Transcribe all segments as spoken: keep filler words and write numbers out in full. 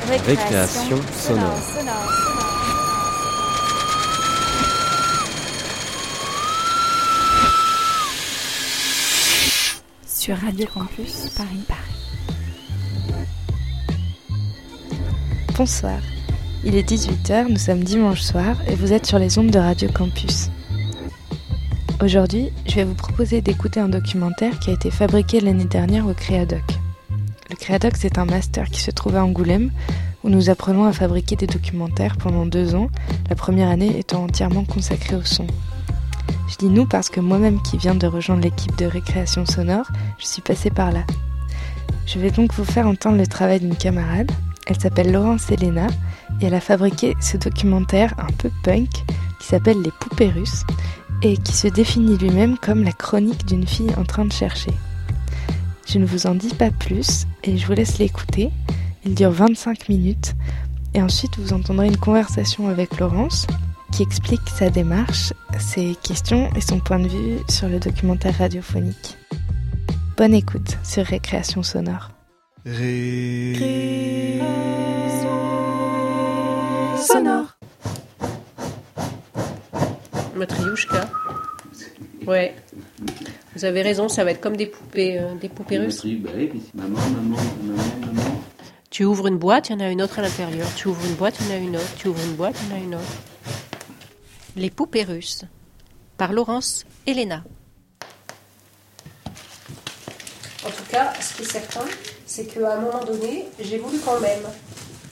Récréation sonore. Sur Radio Campus Paris. Bonsoir, il est dix-huit heures, nous sommes dimanche soir et vous êtes sur les ondes de Radio Campus. Aujourd'hui, je vais vous proposer d'écouter un documentaire qui a été fabriqué l'année dernière au Créadoc. Le Créadoc, c'est un master qui se trouve à Angoulême, où nous apprenons à fabriquer des documentaires pendant deux ans, la première année étant entièrement consacrée au son. Je dis nous parce que moi-même qui viens de rejoindre l'équipe de récréation sonore, je suis passée par là. Je vais donc vous faire entendre le travail d'une camarade. Elle s'appelle Laurence Elena et elle a fabriqué ce documentaire un peu punk qui s'appelle Les Poupées Russes et qui se définit lui-même comme la chronique d'une fille en train de chercher. Je ne vous en dis pas plus et je vous laisse l'écouter. Il dure vingt-cinq minutes et ensuite vous entendrez une conversation avec Laurence qui explique sa démarche, ses questions et son point de vue sur le documentaire radiophonique. Bonne écoute sur Récréation sonore. Ré... sonore. Matrioshka. Ouais. Vous avez raison, ça va être comme des poupées, euh, des poupées russes. Bah oui, maman, maman, maman, maman. Tu ouvres une boîte, il y en a une autre à l'intérieur. Tu ouvres une boîte, il y en a une autre. Tu ouvres une boîte, il y en a une autre. Les Poupées Russes, par Laurence Elena. En tout cas, ce qui est certain, c'est qu'à un moment donné, j'ai voulu qu'on m'aime. Vous ?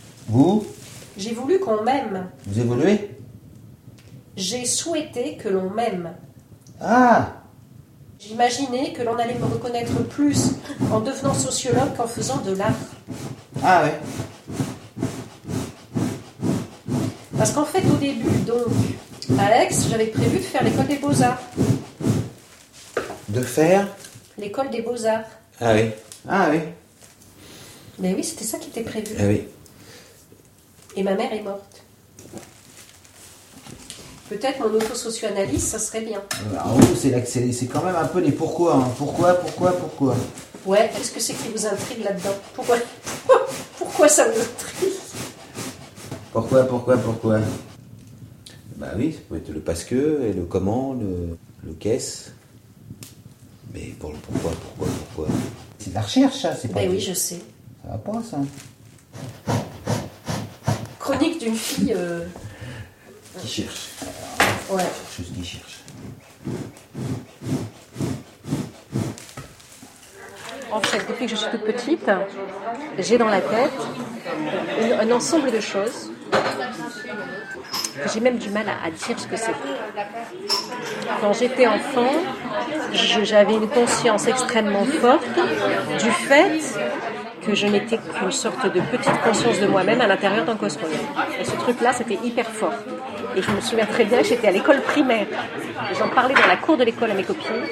J'ai voulu qu'on m'aime. Vous évoluez ? J'ai souhaité que l'on m'aime. Ah ! J'imaginais que l'on allait me reconnaître plus en devenant sociologue qu'en faisant de l'art. Ah ouais. Parce qu'en fait, au début, donc, à Aix, j'avais prévu de faire l'école des Beaux-Arts. De faire ? L'école des Beaux-Arts. Ah oui. Ah oui. Mais oui, c'était ça qui était prévu. Ah oui. Et ma mère est morte. Peut-être mon auto-socio-analyse, ça serait bien. En gros, c'est, là que c'est, c'est quand même un peu les pourquoi. Hein. Pourquoi, pourquoi, pourquoi. Ouais, qu'est-ce que c'est qui vous intrigue là-dedans ? Pourquoi, pourquoi, pourquoi ça vous intrigue ? Pourquoi, pourquoi, pourquoi ? Bah oui, ça peut être le parce que, et le comment, le, le qu'est-ce. Mais pour le pourquoi, pourquoi, pourquoi. C'est de la recherche, ça, c'est pas. Ben oui, je sais. Ça va pas, ça. Chronique d'une fille. Euh... Qui cherche. Ouais. Chose qui cherche. En fait, depuis que je suis toute petite, j'ai dans la tête une, un ensemble de choses. J'ai même du mal à, à dire ce que c'est. Quand j'étais enfant, je, j'avais une conscience extrêmement forte du fait que je n'étais qu'une sorte de petite conscience de moi-même à l'intérieur d'un cosmos. Et ce truc-là, c'était hyper fort. Et je me souviens très bien que j'étais à l'école primaire. Et j'en parlais dans la cour de l'école à mes copines.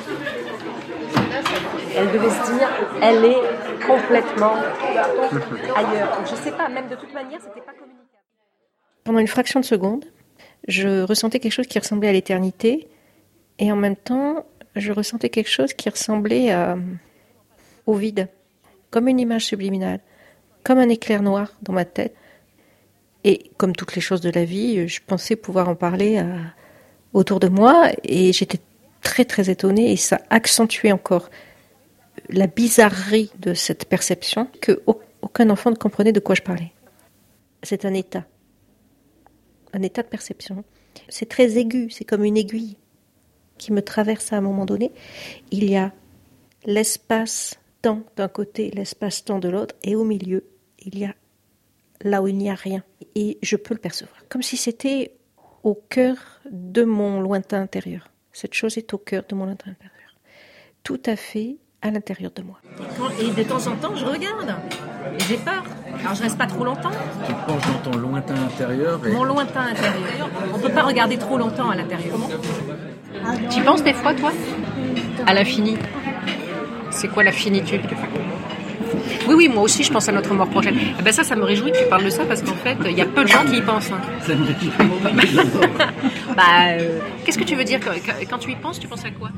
Elle devait se dire, elle est complètement ailleurs. Donc, je sais pas, même de toute manière, c'était pas communicable. Pendant une fraction de seconde, je ressentais quelque chose qui ressemblait à l'éternité. Et en même temps, je ressentais quelque chose qui ressemblait à, au vide. Comme une image subliminale, comme un éclair noir dans ma tête. Et comme toutes les choses de la vie, je pensais pouvoir en parler à, autour de moi, et j'étais très très étonnée, et ça accentuait encore la bizarrerie de cette perception, que aucun enfant ne comprenait de quoi je parlais. C'est un état, un état de perception. C'est très aigu, c'est comme une aiguille qui me traverse à un moment donné. Il y a l'espace-temps d'un côté, l'espace-temps de l'autre, et au milieu, il y a là où il n'y a rien. Et je peux le percevoir. Comme si c'était au cœur de mon lointain intérieur. Cette chose est au cœur de mon lointain intérieur. Tout à fait à l'intérieur de moi. Et de temps en temps, je regarde. Et j'ai peur. Alors je reste pas trop longtemps. Tu penches dans ton lointain intérieur et... Mon lointain intérieur. On peut pas regarder trop longtemps à l'intérieur. Tu y penses des fois, toi ? À l'infini. C'est quoi la finitude ? Oui, oui, moi aussi, je pense à notre mort prochaine. Eh ben ça, ça me réjouit que tu parles de ça, parce qu'en fait, il y a peu de gens qui y pensent. Hein. Ça me réjouit. bah, euh, qu'est-ce que tu veux dire quand, quand tu y penses, tu penses à quoi ?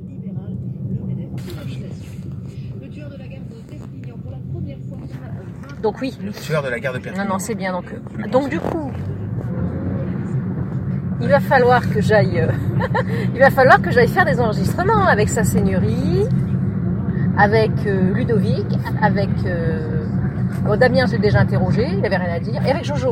Le tueur de la gare de Testinian pour la première fois. Donc oui. Le tueur de la gare de Perpignan. Non, non, c'est bien. Donc, euh, donc du coup, il va falloir que j'aille, euh, il va falloir que j'aille faire des enregistrements avec sa seigneurie, avec euh, Ludovic, avec euh, bon, Damien, j'ai déjà interrogé, il n'avait rien à dire, et avec Jojo.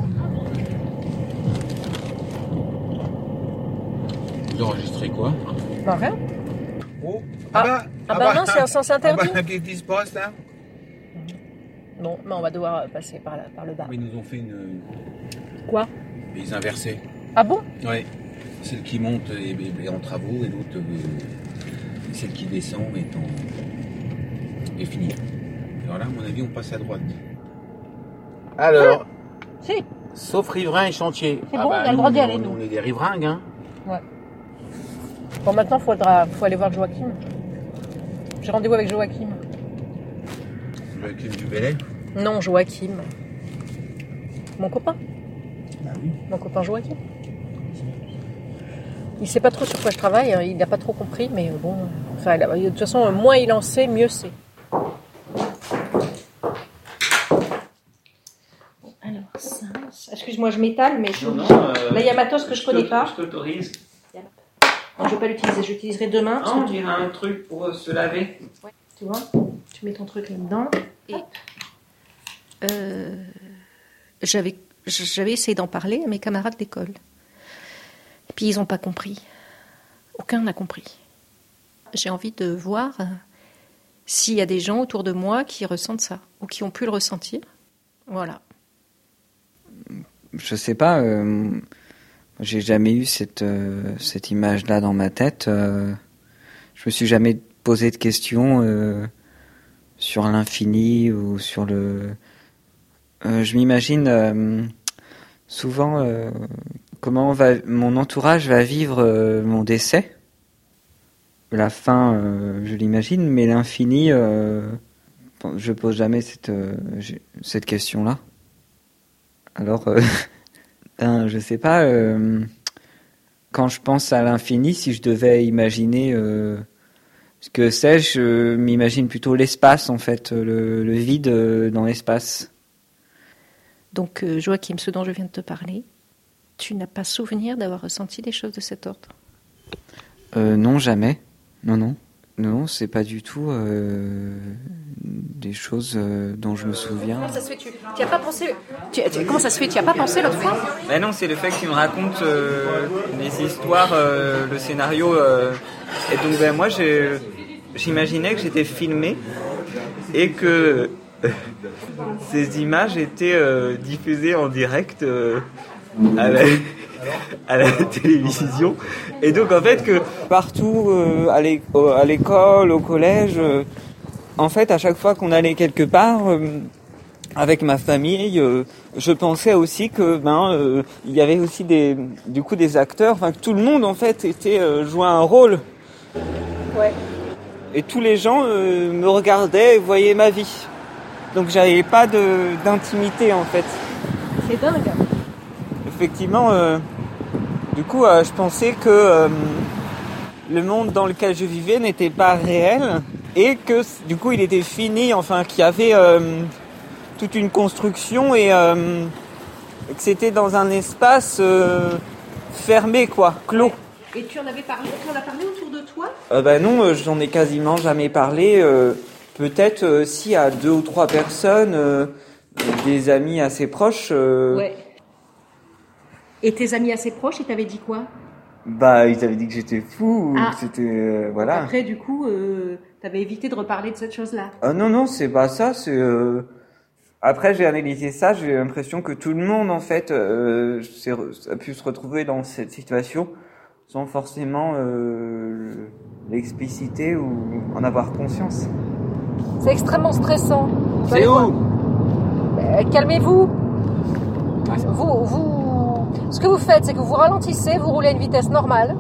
Vous enregistrez quoi? Bah rien. Oh. Ah, ah, ah bah non, c'est un sens interdit. Ah bah, qu'est-ce qui se passe là? Non, mais on va devoir passer par, la, par le bas. Ils nous ont fait une... Quoi? Ils inversaient. Ah bon? Oui. Celle qui monte est, est en travaux et l'autre, euh, celle qui descend est, en... est finie. Alors là, à mon avis, on passe à droite. Alors, ah, si. Sauf riverains et chantier. C'est ah bon, bah, on a le droit d'y aller, nous. On est des riveringues, hein. Ouais. Bon, maintenant, il faudra, faut aller voir Joachim. J'ai rendez-vous avec Joachim. Joachim Dubélé? Non, Joachim. Mon copain. Bah oui. Mon copain Joachim. Il sait pas trop sur quoi je travaille, hein. Il n'a pas trop compris, mais bon. Enfin, de toute façon, moins il en sait, mieux c'est. Alors, ça. Excuse-moi, je m'étale, mais je... non, non, euh, là, il y a matos que je, je connais pas. Je t'autorise. Non, je ne vais pas l'utiliser, je l'utiliserai demain. Non, on dirait un truc pour se laver. Ouais, tu vois, tu mets ton truc là-dedans. Et euh, j'avais, j'avais essayé d'en parler à mes camarades d'école. Et puis ils n'ont pas compris. Aucun n'a compris. J'ai envie de voir euh, s'il y a des gens autour de moi qui ressentent ça, ou qui ont pu le ressentir. Voilà. Je sais pas... Euh... J'ai jamais eu cette euh, cette image-là dans ma tête. Euh, je me suis jamais posé de questions euh, sur l'infini ou sur le. Euh, je m'imagine euh, souvent euh, comment va mon entourage va vivre euh, mon décès. La fin, euh, je l'imagine, mais l'infini, euh, je pose jamais cette euh, cette question-là. Alors. Euh, Ben, je sais pas, euh, quand je pense à l'infini, si je devais imaginer euh, ce que c'est, je m'imagine plutôt l'espace, en fait, le, le vide euh, dans l'espace. Donc, euh, Joachim, ce dont je viens de te parler, tu n'as pas souvenir d'avoir ressenti des choses de cet ordre? euh, Non, jamais. Non, non. Non, c'est pas du tout euh, des choses euh, dont je me souviens. Comment ça se fait? Tu n'y as pas pensé? Tu, tu, comment ça se fait? Tu n'y as pas pensé l'autre fois? Ben non, c'est le fait que tu me racontes euh, les histoires, euh, le scénario. Euh, et donc, ben moi, j'ai, j'imaginais que j'étais filmé et que euh, ces images étaient euh, diffusées en direct euh, à la... à la télévision, et donc en fait que partout euh, à, l'é- à l'école, au collège, euh, en fait à chaque fois qu'on allait quelque part euh, avec ma famille, euh, je pensais aussi que ben euh, il y avait aussi des du coup des acteurs, enfin que tout le monde en fait était euh, jouait un rôle. Ouais. Et tous les gens euh, me regardaient et voyaient ma vie. Donc j'avais pas de d'intimité en fait. C'est dingue. Effectivement, euh, du coup, euh, je pensais que euh, le monde dans lequel je vivais n'était pas réel et que, du coup, il était fini, enfin, qu'il y avait euh, toute une construction et euh, que c'était dans un espace euh, fermé, quoi, clos. Et tu en avais parlé, tu en as parlé autour de toi? euh, Ben non, euh, j'en ai quasiment jamais parlé. Euh, peut-être euh, si à deux ou trois personnes, euh, des amis assez proches. Euh, ouais. Et tes amis assez proches, ils t'avaient dit quoi? Bah, ils avaient dit que j'étais fou, ah. que c'était... Euh, voilà. Après, du coup, euh, t'avais évité de reparler de cette chose-là. Ah non, non, c'est pas ça, c'est... Euh... Après, j'ai analysé ça, j'ai l'impression que tout le monde, en fait, euh, a pu se retrouver dans cette situation sans forcément euh, l'expliciter ou en avoir conscience. C'est extrêmement stressant. C'est où? euh, Calmez-vous. Ah, vous, vous... Ce que vous faites, c'est que vous ralentissez, vous roulez à une vitesse normale.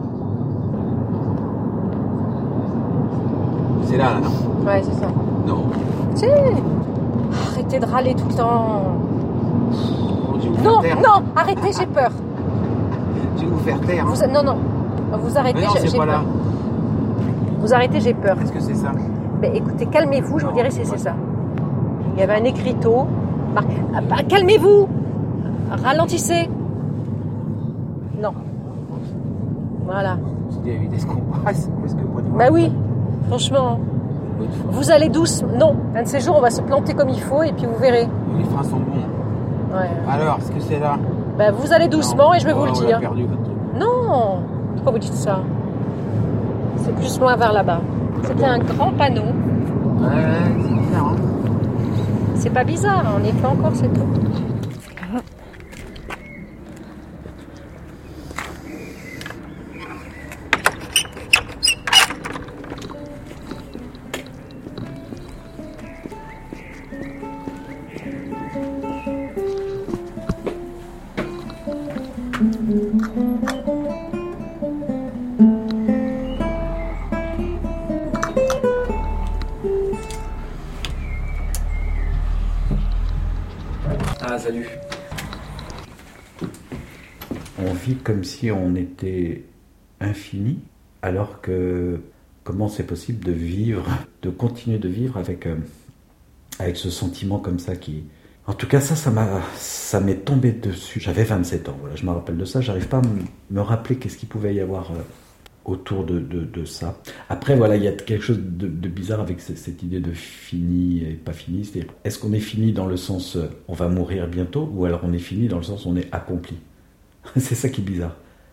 C'est là, là, non? Ouais, c'est ça. Non. Si. Arrêtez de râler tout le temps. Oh, non, non, arrêtez, j'ai peur. Je vais vous faire taire. Hein. Vous, non, non, vous arrêtez, Mais non, j'ai, c'est j'ai pas peur. là. Vous arrêtez, j'ai peur. Est-ce que c'est ça? Ben, écoutez, calmez-vous, je vous dirai si c'est ça. Il y avait un écriteau Marc, ah, bah, calmez-vous. Ralentissez. Non. Voilà. Est-ce qu'on passe parce que moi, Bah oui, franchement. Vous allez doucement. Non, un de ces jours, on va se planter comme il faut et puis vous verrez. les freins sont bons. Ouais. Alors, est-ce que c'est là? Bah vous allez doucement Non, et je vais oh, vous le on l'a dire. perdu, votre truc. Non. Pourquoi vous dites ça? C'est plus loin vers là-bas. C'était un grand panneau. Ouais, ouais, c'est bizarre. Hein. C'est pas bizarre, on n'y est pas encore, c'est tout. Ah, salut. On vit comme si on était infini, alors que comment c'est possible de vivre, de continuer de vivre avec, euh, avec ce sentiment comme ça qui... En tout cas, ça, ça m'a, ça m'est tombé dessus. J'avais vingt-sept ans, voilà, je me rappelle de ça. J'arrive pas à m- me rappeler qu'est-ce qu'il pouvait y avoir euh, autour de, de, de ça. Après, voilà, il y a quelque chose de, de bizarre avec c- cette idée de fini et pas fini. C'est-à-dire, est-ce qu'on est fini dans le sens euh, on va mourir bientôt, ou alors on est fini dans le sens on est accompli? C'est ça qui est bizarre.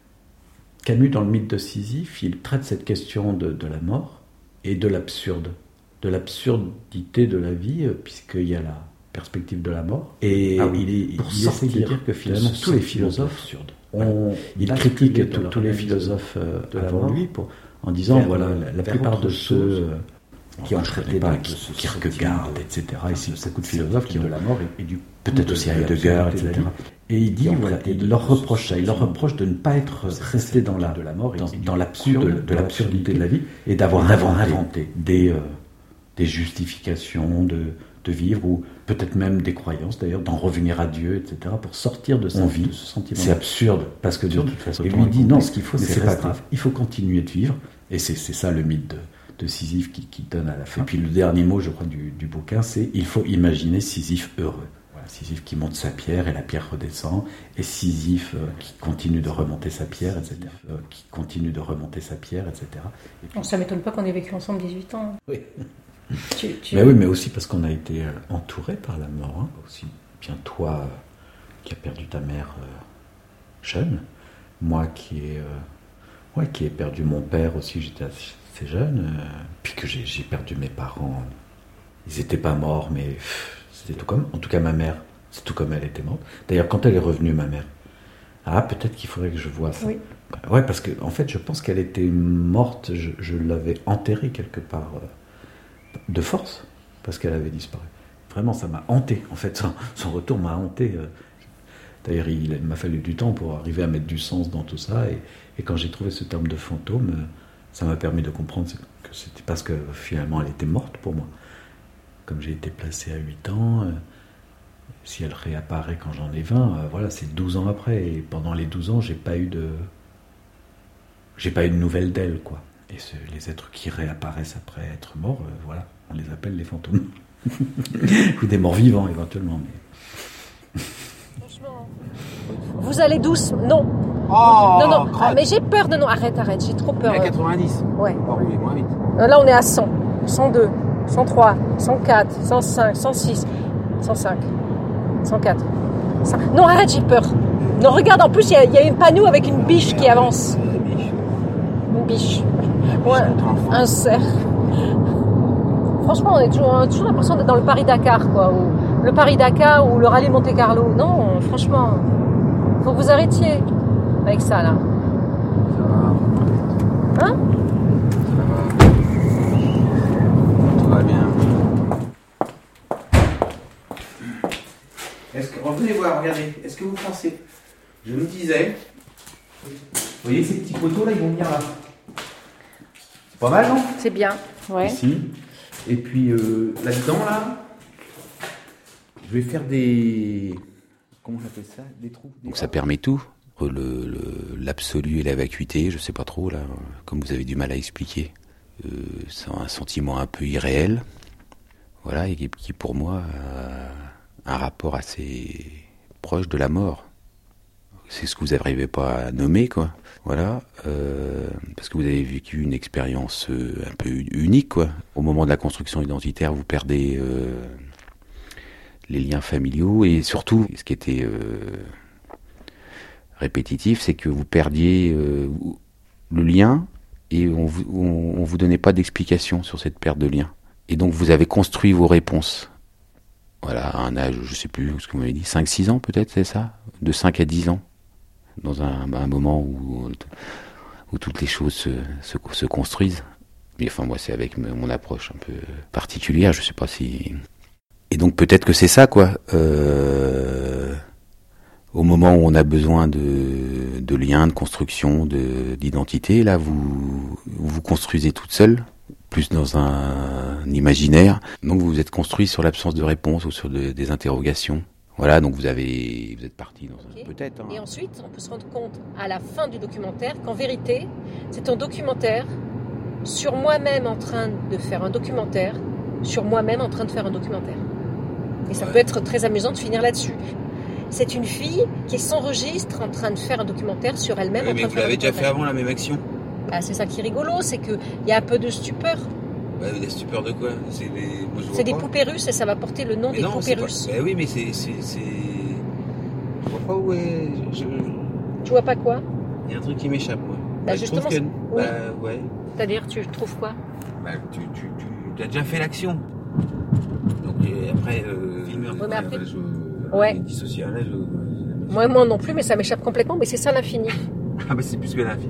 Camus, dans le mythe de Sisyphe, il traite cette question de, de la mort et de l'absurde, de l'absurdité de la vie, euh, puisqu'il y a la perspective de la mort. Et Ah oui. il, est, Pour il essaie de sortir dire que de finalement ce tous les sentiment philosophes, absurde. ont, il Basculer critique dans tous- leur tous les analyse philosophes euh, de la avant mort, lui pour, en disant vers, voilà, euh, la, la vers plupart autre de chose. ceux euh, qui ont Enfin, je traité connais pas, de, de de ce Kierkegaard, sentiment de- et cetera. Et c'est de beaucoup de cette philosophes qui ont de la mort et, du peut-être aussi Heidegger, et cetera. Et il dit, Qui ont voilà, traité il de leur ce reproche ça, il leur sentiment reproche de ne pas être de resté dans la, de la mort et dans, du dans coup l'absurde, de- de, de l'absurdité l'absurdité de la vie, et d'avoir et d'avoir inventé des, euh, des justifications de, de vivre, ou peut-être même des croyances d'ailleurs, d'en revenir à Dieu, et cetera, pour sortir de, cette, vit. de ce sentiment. C'est absurde, parce que de absurde, toute façon, autant et lui dit non, raconter. ce qu'il faut, Mais c'est c'est pas rester. grave. Il faut continuer de vivre, et c'est, c'est ça le mythe de, de Sisyphe qui, qui donne à la fin. Et puis le dernier mot, je crois, du, du bouquin, c'est il faut imaginer Sisyphe heureux. Voilà, Sisyphe qui monte sa pierre et la pierre redescend, et Sisyphe euh, qui continue de remonter sa pierre, et cetera. Euh, qui continue de remonter sa pierre, et cetera. Et puis, Bon, ça m'étonne pas qu'on ait vécu ensemble dix-huit ans. oui. Tu, tu... Mais oui, mais aussi parce qu'on a été euh, entouré par la mort. Hein. Aussi bien toi euh, qui as perdu ta mère euh, jeune, moi qui ai, euh, ouais, qui ai perdu mon père aussi, j'étais assez jeune, euh, puis que j'ai, j'ai perdu mes parents. Ils n'étaient pas morts, mais pff, c'était tout comme. En tout cas, ma mère, c'est tout comme elle était morte. D'ailleurs, quand elle est revenue, ma mère, ah, peut-être qu'il faudrait que je voie ça. Oui. Ouais, parce que en fait, je pense qu'elle était morte. Je, je l'avais enterrée quelque part. Euh, de force, parce qu'elle avait disparu. Vraiment, ça m'a hanté, en fait, son, son retour m'a hanté. D'ailleurs, il, il m'a fallu du temps pour arriver à mettre du sens dans tout ça, et, et quand j'ai trouvé ce terme de fantôme, ça m'a permis de comprendre que c'était parce que finalement elle était morte pour moi. Comme j'ai été placé à huit ans, euh, si elle réapparaît quand j'en ai vingt, euh, voilà, c'est douze ans après, et pendant les douze ans, j'ai pas eu de... j'ai pas eu de nouvelles d'elle, quoi. Et ce, les êtres qui réapparaissent après être morts, euh, voilà, on les appelle les fantômes. Ou des morts vivants, éventuellement. Mais... Franchement, vous allez doucement. Non. Oh, non, non. crotte. Ah, mais j'ai peur. Non, non, arrête, arrête. J'ai trop peur. Il est à quatre-vingt-dix. Ouais. Oh, roulez moins vite. Non, là, on est à cent, cent deux, cent trois, cent quatre, cent cinq, cent six, cent cinq, cent quatre. cent... Non, arrête, j'ai peur. Non, regarde, en plus, il y, y a une panneau avec une biche qui avance. Une biche. Ouais, un cerf. Franchement, on, est toujours, on a toujours l'impression d'être dans le Paris-Dakar, quoi. Ou le Paris-Dakar ou le rallye Monte-Carlo. Non, franchement, faut que vous arrêtiez avec ça, là. Ça va. Hein? Ça va. Tout va bien. Est-ce que, revenez voir, regardez. Est-ce que vous pensez? Je me disais. Vous voyez ces petits poteaux là, ils vont venir là. C'est pas mal, non? C'est bien, ouais. Ici. Et puis euh, là-dedans, là, je vais faire des... Comment on appelle ça? Des trous. Des Donc ça permet tout, le, le, l'absolu et la vacuité, je sais pas trop là, comme vous avez du mal à expliquer. Euh, c'est un sentiment un peu irréel, voilà, et qui, qui pour moi un rapport assez proche de la mort. C'est ce que vous n'arrivez pas à nommer, quoi. Voilà, euh, parce que vous avez vécu une expérience euh, un peu unique, quoi. Au moment de la construction identitaire, vous perdez euh, les liens familiaux et surtout, ce qui était euh, répétitif, c'est que vous perdiez euh, le lien et on vous, on, on vous donnait pas d'explication sur cette perte de lien. Et donc vous avez construit vos réponses. Voilà, à un âge, je sais plus ce que vous m'avez dit, cinq six ans peut-être, c'est ça ? De cinq à dix ans. Dans un, un moment où, où toutes les choses se, se, se construisent. Mais enfin, moi, c'est avec mon approche un peu particulière, je sais pas si... Et donc, peut-être que c'est ça, quoi. Euh, au moment où on a besoin de, de liens, de construction, de, d'identité, là, vous vous construisez toute seule, plus dans un, un imaginaire. Donc, vous vous êtes construit sur l'absence de réponse ou sur de, des interrogations. Voilà, donc vous avez, vous êtes parti dans un... Okay. Peut-être. Hein. Et ensuite, on peut se rendre compte à la fin du documentaire qu'en vérité, c'est un documentaire sur moi-même en train de faire un documentaire, sur moi-même en train de faire un documentaire. Et ça ouais. peut être très amusant de finir là-dessus. C'est une fille qui s'enregistre en train de faire un documentaire sur elle-même. Oui, en train mais de vous faire l'avez déjà fait avant la même action. Ah, c'est ça qui est rigolo, c'est qu'il y a un peu de stupeur. Bah, des stupeurs de quoi? C'est des, moi, je vois c'est des pas. poupées russes et ça va porter le nom mais des non, poupées pas... russes. Bah oui, mais c'est, c'est, c'est... Je vois pas où est... Je... Tu vois pas quoi? Il y a un truc qui m'échappe, moi. Bah, bah, justement, je trouve que... oui. Bah ouais. C'est-à-dire, tu trouves quoi? Bah, tu, tu, tu as déjà fait l'action. Donc et après, euh, filmer ouais, mais après... je... ouais. dissocier un âge. Je... Moi, moi non plus, mais ça m'échappe complètement. Mais c'est ça l'infini. Ah bah c'est plus que l'infini.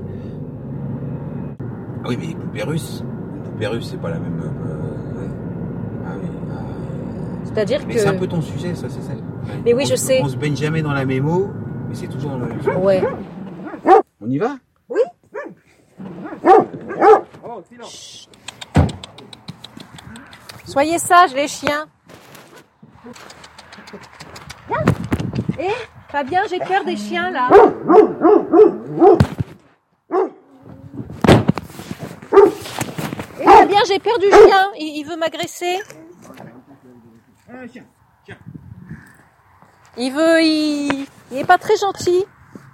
Ah oui, mais les poupées russes. Les poupées russes, c'est pas la même. Euh... Ouais. Ah oui. Ah... C'est-à-dire mais que. c'est un peu ton sujet, ça, c'est ça. Ouais. Mais oui, on, je sais. On se baigne jamais dans la mémo, mais c'est toujours dans le même sujet. Ouais. On y va? Oui. Oh, silence. Soyez sages, les chiens. Eh, Fabien, j'ai peur des chiens, là. Eh, Fabien, j'ai peur du chien. Il, il veut m'agresser. Il veut... Il... il est pas très gentil.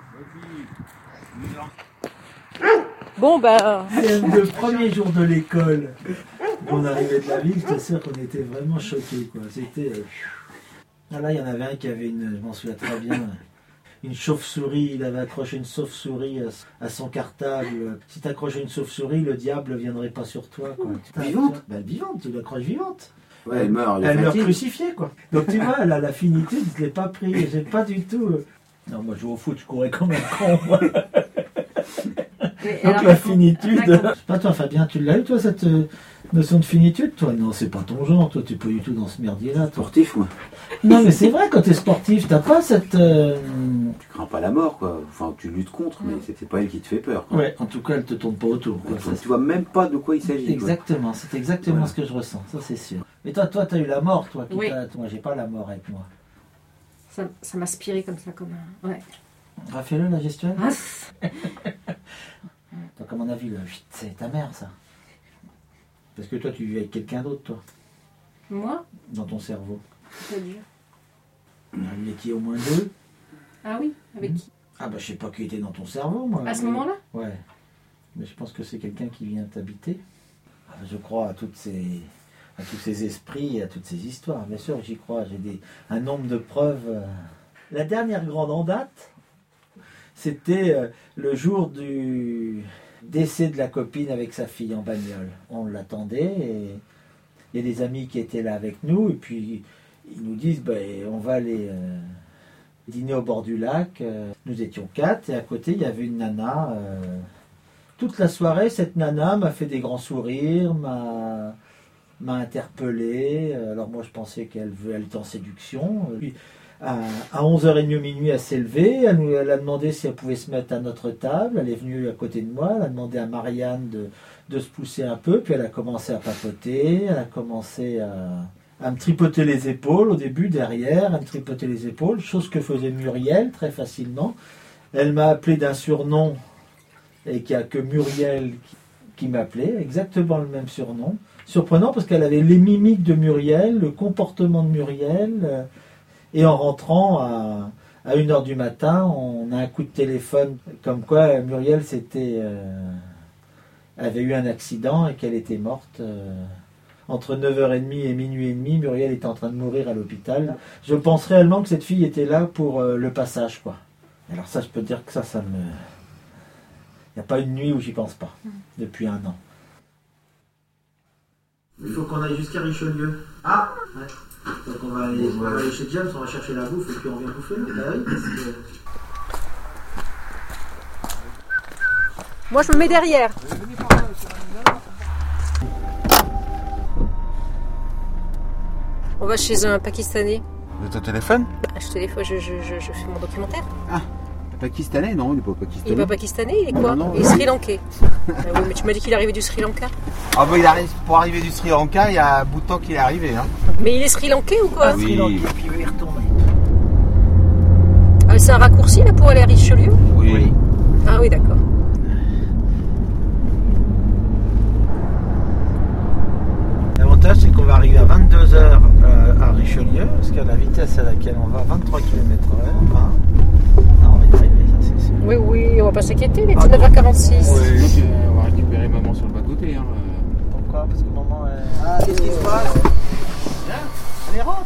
Bon, ben... Le premier jour de l'école, on arrivait de la ville, je t'assure qu'on était vraiment choqués, quoi. C'était... Ah là, il y en avait un qui avait une... Je m'en souviens très bien... Une chauve-souris, il avait accroché une chauve-souris à son cartable. Si tu accrochais une chauve-souris, le diable ne viendrait pas sur toi, quoi. Vivante? Ben, vivante, tu l'accroches vivante. Ouais, elle meurt. Elle meurt crucifiée, quoi. Donc tu vois, elle a la finitude, je ne l'ai pas pris. J'ai pas du tout... Non, moi je joue au foot, je courais comme un con, moi. Donc la finitude... Je sais pas toi, Fabien, tu l'as eu, toi, cette notion de finitude, toi? Non, c'est pas ton genre, toi, tu n'es pas du tout dans ce merdier-là. Toi. Sportif, moi. Non, mais c'est vrai, quand tu es sportif, t'as pas cette... Euh... Tu crains pas la mort, quoi. Enfin, tu luttes contre, mais c'est pas elle qui te fait peur, quoi. Ouais, en tout cas, elle te tourne pas autour. Quoi. Ça, tu vois même pas de quoi il s'agit. Exactement, c'est exactement voilà. Ce que je ressens, ça c'est sûr. Mais toi, toi, t'as eu la mort, toi. Qui oui. Moi, j'ai pas la mort avec moi. Ça, ça m'a aspiré comme ça, comme un... Ouais. Refais-le, la gestuelle. Ah. Donc, à mon avis, le... c'est ta mère, ça. Parce que toi, tu vis avec quelqu'un d'autre, toi. Moi? Dans ton cerveau. C'est-à-dire? Vous étiez au moins deux. Ah oui? Avec qui? Ah bah je sais pas qui était dans ton cerveau, moi. À ce moment-là? Ouais. Mais je pense que c'est quelqu'un qui vient t'habiter. Je crois à toutes ces... à tous ces esprits et à toutes ces histoires. Bien sûr, j'y crois. J'ai des... un nombre de preuves. La dernière grande en date, c'était le jour du décès de la copine avec sa fille en bagnole. On l'attendait et il y a des amis qui étaient là avec nous et puis ils nous disent ben, on va aller euh, dîner au bord du lac. Nous étions quatre et à côté il y avait une nana. Euh, toute la soirée, cette nana m'a fait des grands sourires, m'a, m'a interpellé. Alors moi je pensais qu'elle elle était en séduction. Puis, à, à onze heures trente minuit, elle s'est levée, elle, nous, elle a demandé si elle pouvait se mettre à notre table, elle est venue à côté de moi, elle a demandé à Marianne de, de se pousser un peu, puis elle a commencé à papoter, elle a commencé à, à me tripoter les épaules au début, derrière, à me tripoter les épaules, chose que faisait Muriel très facilement. Elle m'a appelé d'un surnom, et qu'il n'y a que Muriel qui, qui m'appelait, exactement le même surnom. Surprenant parce qu'elle avait les mimiques de Muriel, le comportement de Muriel... Euh, Et en rentrant à, à une heure du matin, on a un coup de téléphone comme quoi Muriel s'était, euh, avait eu un accident et qu'elle était morte. Euh, entre neuf heures trente et minuit et demi, Muriel était en train de mourir à l'hôpital. Je pense réellement que cette fille était là pour euh, le passage, quoi. Alors ça, je peux te dire que ça, ça me... Il n'y a pas une nuit où j'y pense pas, depuis un an. Il faut qu'on aille jusqu'à Richelieu. Ah ouais. Donc on va aller, on va aller chez James, on va chercher la bouffe et puis on vient bouffer. Bah oui, parce que... Moi, je me mets derrière. On va chez un Pakistanais. De ton téléphone? Bah, je, téléphone, je, je, je, je fais mon documentaire. Ah, pakistanais? Non, il n'est pas pakistanais. Il n'est pas pakistanais, il est quoi? Non, non, il est non. Sri Lankais. Ah oui, mais tu m'as dit qu'il arrivait du Sri Lanka. Ah bah il arrive, pour arriver du Sri Lanka, il y a un bout de temps qu'il est arrivé. Hein. Mais il est Sri Lankais ou quoi? Ah, Sri Lankais, puis il va y retourner. Ah, c'est un raccourci là pour aller à Richelieu? Oui. oui. Ah oui, d'accord. L'avantage, c'est qu'on va arriver à vingt-deux heures euh, à Richelieu, parce qu'à la vitesse à laquelle on va, vingt-trois kilomètres heure, hein. Non, on va y arriver, ça c'est sûr. Oui, oui, on va pas s'inquiéter, il est dix-neuf heures quarante-six. Oui, on va récupérer maman sur le bas-côté. Hein. Pourquoi? Parce que maman est... Ah, qu'est-ce qui se passe? Allez, rentre.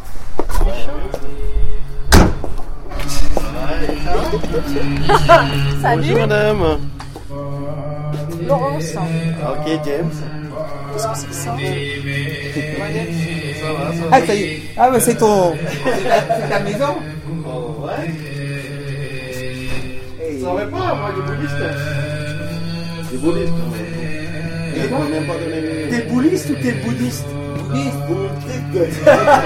Salut. Bonjour madame. Laurence. Ok, James. Qu'est-ce que c'est que ça? Ah, ça y est. Ah, bah c'est ton. C'est ta maison? Oh, ouais. Hey. Ça va pas, moi, les bouddhistes. Les bouddhistes. Ils m'ont même pas donné. T'es bouddhiste ou t'es bouddhiste? Bouddhiste. Bouddhiste.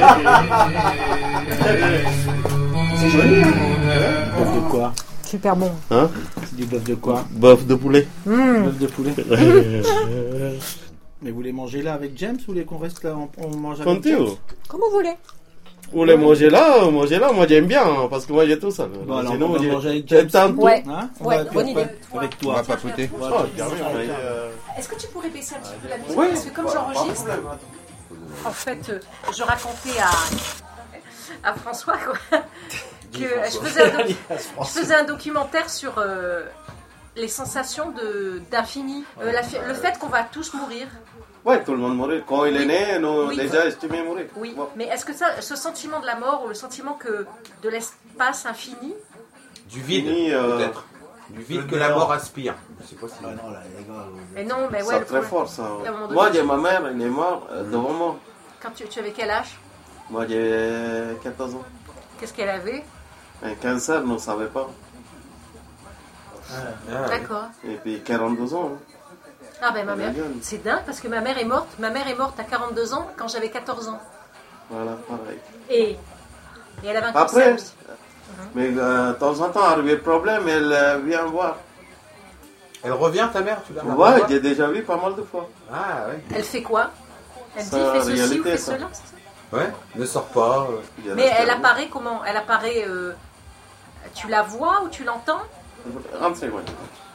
C'est joli, hein? Bœuf de quoi? Super bon. Hein? C'est du bœuf de quoi? Bœuf de poulet. Mmh. Bœuf de poulet. Mais vous voulez manger là avec James ou vous voulez qu'on reste là, on, on mange avec Continue. James? Comme vous voulez. Vous voulez manger là, manger là, moi j'aime bien, hein, parce que moi j'ai tout ça. Bon, alors sinon, on va j'ai- manger avec j'ai James. tant de- Ouais, Hein? On ouais, va bonne idée. avec On toi. va papoter. Oh, carrément, mais, euh, Est-ce que tu pourrais baisser un petit peu la musique? Oui. Parce que comme j'enregistre, en fait, euh, je racontais à, à François quoi, que je faisais, un doc- je faisais un documentaire sur euh, les sensations de, d'infini. Euh, la fi- le fait qu'on va tous mourir. ouais, tout le monde mourit. Quand il est Oui. né, nous Oui. déjà estimé mourir. Oui, Ouais. mais est-ce que ça, ce sentiment de la mort ou le sentiment que de l'espace infini, Du vide, Fini, euh, peut-être. Du vide que la mort aspire. C'est possible. Ah non, là, les gars, vous- mais non, mais ouais, C'est le très problème- fort ça. à un moment donné, Moi, tu- j'ai ma mère, elle est morte euh, devant moi. quand tu, tu avais quel âge? Moi, j'ai quatorze ans. Qu'est-ce qu'elle avait? Un cancer, on ne savait pas. Ah, ouais. D'accord. Et puis quarante-deux ans. hein. Ah ben ma Elle est mère, jeune. c'est dingue parce que ma mère est morte. Ma mère est morte à quarante-deux ans quand j'avais quatorze ans. Voilà, pareil. Et, et elle avait un Après, cancer aussi. mais euh, de temps en temps, arrive le problème, elle euh, vient voir. Elle revient, ta mère, tu l'as Ouais, j'ai déjà vu pas mal de fois. Ah, ouais. Elle fait quoi? Elle Ça, dit fais ceci réalité, ou fais ça. cela, c'est ça? Ouais, ne sors pas. euh. Il y a Mais la elle sperme. apparaît comment? Elle apparaît. euh, tu la vois ou tu l'entends? Rentrez, ouais.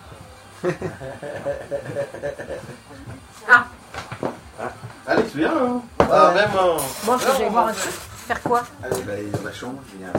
Ah, Allez, tu viens, hein? Ah, vraiment. moi je vais voir un truc. Faire quoi? Allez, bah, dans la chambre, je viens.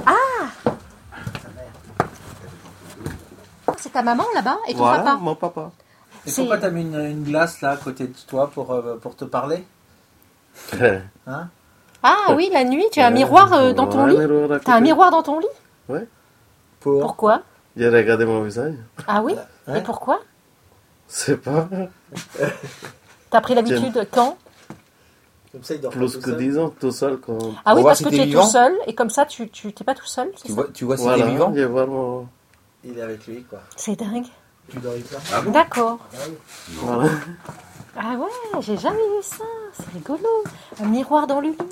C'est ta maman là-bas et ton Voilà, papa. mon papa. Et C'est- pourquoi t'as mis une, une glace là à côté de toi pour, euh, pour te parler? Hein? Ah oui, la nuit, tu as un miroir euh, dans ton Ouais, lit? miroir à T'as un côté. miroir dans ton lit? Pour? Pourquoi? J'ai regardé mon visage. Ah oui? Ouais. Et pourquoi? C'est pas T'as pris l'habitude quand? Comme ça, il dort plus pas que tout seul. dix ans, tout seul. Quand... Ah Pour oui, voir parce si que t'es tu es vivant. tout seul et comme ça, tu tu t'es pas tout seul, c'est Tu ça? vois, tu vois si Voilà, t'es vivant. je vais voir mon... Il est avec lui, quoi. C'est dingue. Tu dors avec toi? Ah bon? D'accord. Voilà. Ah ouais, j'ai jamais vu ça. C'est rigolo. Un miroir dans le lit.